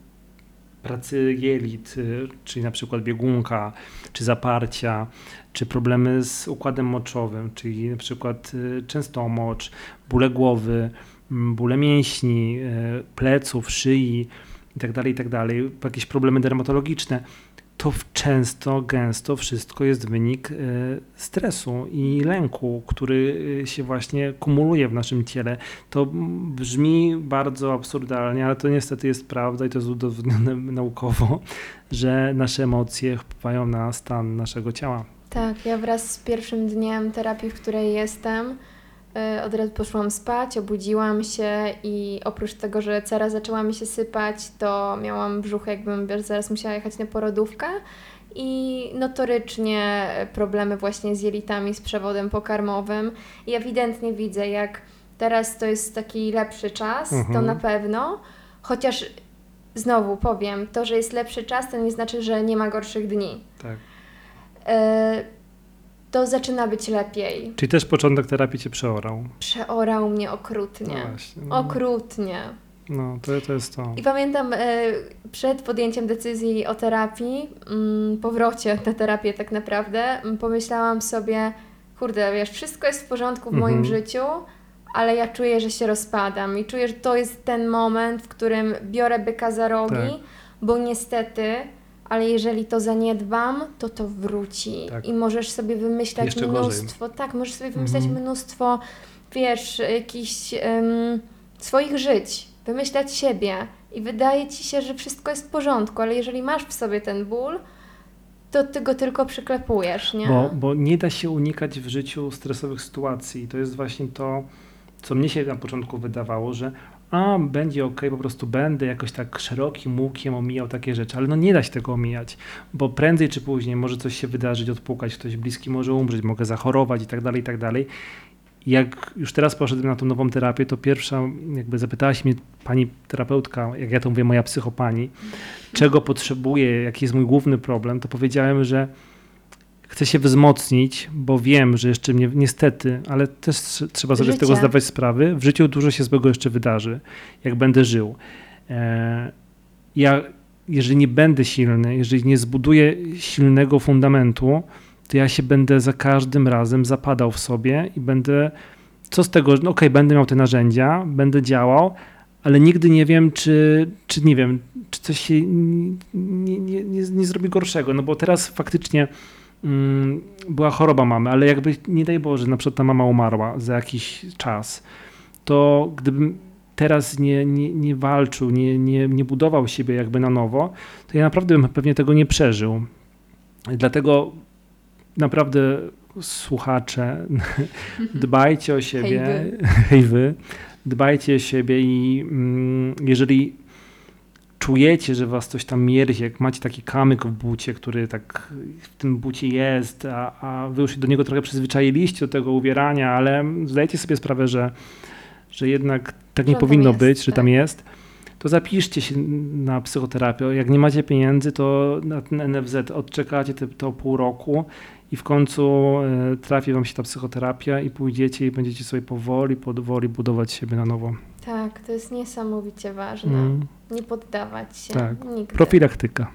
pracy jelit, e, czyli na przykład biegunka, czy zaparcia, czy problemy z układem moczowym, czyli na przykład e, częstomocz, bóle głowy, m, bóle mięśni, e, pleców, szyi itd., itd., jakieś problemy dermatologiczne, to w- często, gęsto wszystko jest wynik e, stresu i lęku, który e, się właśnie kumuluje w naszym ciele. To mm, brzmi bardzo absurdalnie, ale to niestety jest prawda i to jest udowodnione naukowo, że nasze emocje wpływają na stan naszego ciała. Tak, ja wraz z pierwszym dniem terapii, w której jestem, y, od razu poszłam spać, obudziłam się i oprócz tego, że cera zaczęła mi się sypać, to miałam brzuch, jakbym wiesz, zaraz musiała jechać na porodówkę i notorycznie problemy właśnie z jelitami, z przewodem pokarmowym. I ewidentnie widzę, jak teraz to jest taki lepszy czas, to Mhm. na pewno, chociaż znowu powiem, to, że jest lepszy czas, to nie znaczy, że nie ma gorszych dni. Tak. E, to zaczyna być lepiej. Czyli też początek terapii cię przeorał. Przeorał mnie okrutnie. No właśnie. No, Okrutnie. no to, to jest to. I pamiętam e, przed podjęciem decyzji o terapii, mm, powrocie na terapię tak naprawdę, mm, pomyślałam sobie, kurde, wiesz, wszystko jest w porządku w moim Mhm. życiu, ale ja czuję, że się rozpadam i czuję, że to jest ten moment, w którym biorę byka za rogi, Tak. bo niestety, ale jeżeli to zaniedbam, to to wróci Tak. i możesz sobie wymyślać Jeszcze gorzej. mnóstwo, tak, możesz sobie wymyślać Mhm. mnóstwo, wiesz, jakichś em, swoich żyć, wymyślać siebie i wydaje ci się, że wszystko jest w porządku, ale jeżeli masz w sobie ten ból, to ty go tylko przyklepujesz, nie? Bo, bo nie da się unikać w życiu stresowych sytuacji. To jest właśnie to, co mnie się na początku wydawało, że a, będzie okej, po prostu będę jakoś tak szerokim łukiem omijał takie rzeczy, ale no nie da się tego omijać, bo prędzej czy później może coś się wydarzyć, odpukać, ktoś bliski może umrzeć, mogę zachorować i tak dalej, i tak dalej. Jak już teraz poszedłem na tą nową terapię, to pierwsza, jakby zapytałaś mnie pani terapeutka, jak ja to mówię, moja psychopani, czego potrzebuję, jaki jest mój główny problem, to powiedziałem, że chcę się wzmocnić, bo wiem, że jeszcze mnie niestety, ale też trze- trzeba sobie z tego Życie. zdawać sprawę, w życiu dużo się złego jeszcze wydarzy, jak będę żył. E, ja, jeżeli nie będę silny, jeżeli nie zbuduję silnego fundamentu, to ja się będę za każdym razem zapadał w sobie i będę, co z tego, no okej, będę miał te narzędzia, będę działał, ale nigdy nie wiem, czy, czy nie wiem, czy coś się nie, nie, nie, nie, nie zrobi gorszego, no bo teraz faktycznie mm, była choroba mamy, ale jakby nie daj Boże, na przykład ta mama umarła za jakiś czas, to gdybym teraz nie, nie, nie walczył, nie, nie, nie budował siebie jakby na nowo, to ja naprawdę bym pewnie tego nie przeżył. Dlatego naprawdę słuchacze, dbajcie o siebie, Hej wy. hej wy, dbajcie o siebie i mm, jeżeli czujecie, że was coś tam mierzi, jak macie taki kamyk w bucie, który tak w tym bucie jest, a, a wy już do niego trochę przyzwyczailiście, do tego ubierania, ale zdajecie sobie sprawę, że, że jednak tak nie Że tam powinno jest, być, że tam tak. jest, to zapiszcie się na psychoterapię. Jak nie macie pieniędzy, to na ten N F Z odczekacie te, to pół roku i w końcu e, trafi wam się ta psychoterapia i pójdziecie i będziecie sobie powoli, powoli budować siebie na nowo. Tak, to jest niesamowicie ważne. Mm, Nie poddawać się. tak. Nigdy. Profilaktyka.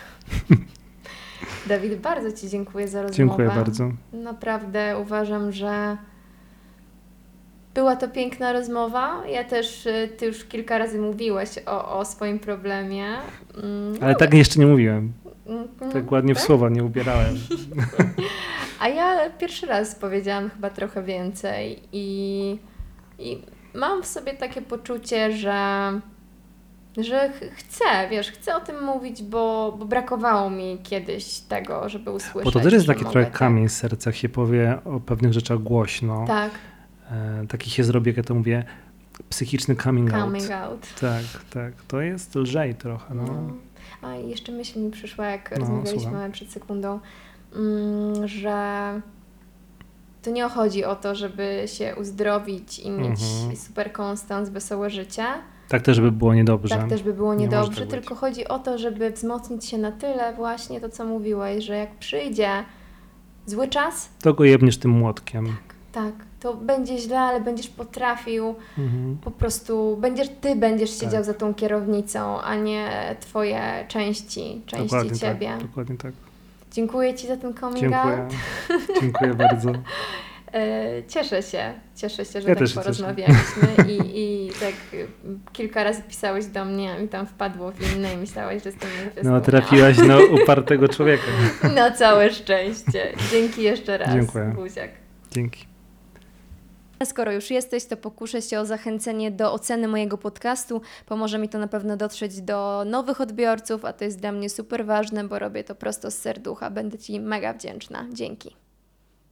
Dawid, bardzo ci dziękuję za rozmowę. Dziękuję bardzo. Naprawdę uważam, że była to piękna rozmowa. Ja też, y, ty już kilka razy mówiłeś o, o swoim problemie. Mm, Ale tak jeszcze nie mówiłem. mm, mm, Tak ładnie w tak? słowa nie ubierałem. A ja pierwszy raz powiedziałam chyba trochę więcej i, i mam w sobie takie poczucie, że, że ch- chcę, wiesz, chcę o tym mówić, bo, bo brakowało mi kiedyś tego, żeby usłyszeć. Bo to też jest że taki mogę, trochę tak. kamień z serca, jak się powie o pewnych rzeczach głośno. Tak, E, taki się zrobi, jak ja to mówię, psychiczny coming, out. coming out. Tak, tak. To jest lżej trochę. No. No. A i jeszcze myśl mi przyszła, jak No, rozmawialiśmy słucham. przed sekundą, mm, że to nie chodzi o to, żeby się uzdrowić i mieć Mhm. super konstans, wesołe życie. Tak też by było niedobrze. Tak też by było Nie może niedobrze, tak być. tylko chodzi o to, żeby wzmocnić się na tyle właśnie to, co mówiłeś, że jak przyjdzie zły czas, To go jebniesz tym młotkiem. tak, to będzie źle, ale będziesz potrafił, Mhm. po prostu będziesz, ty będziesz siedział Tak. za tą kierownicą, a nie twoje części, części Dokładnie ciebie. tak. Dokładnie tak. Dziękuję ci za ten coming Dziękuję. out. Dziękuję bardzo. E, Cieszę się, cieszę się, że Ja tak też się porozmawialiśmy i, i tak y, kilka razy pisałeś do mnie, a mi tam wpadło w inne i myślałeś, że jestem No, trafiłaś na upartego człowieka. Na całe szczęście. Dzięki jeszcze raz. Dziękuję. Buziak. Dzięki. Skoro już jesteś, to pokuszę się o zachęcenie do oceny mojego podcastu. Pomoże mi to na pewno dotrzeć do nowych odbiorców, a to jest dla mnie super ważne, bo robię to prosto z serducha. Będę ci mega wdzięczna. Dzięki.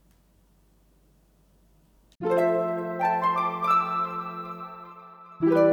thank you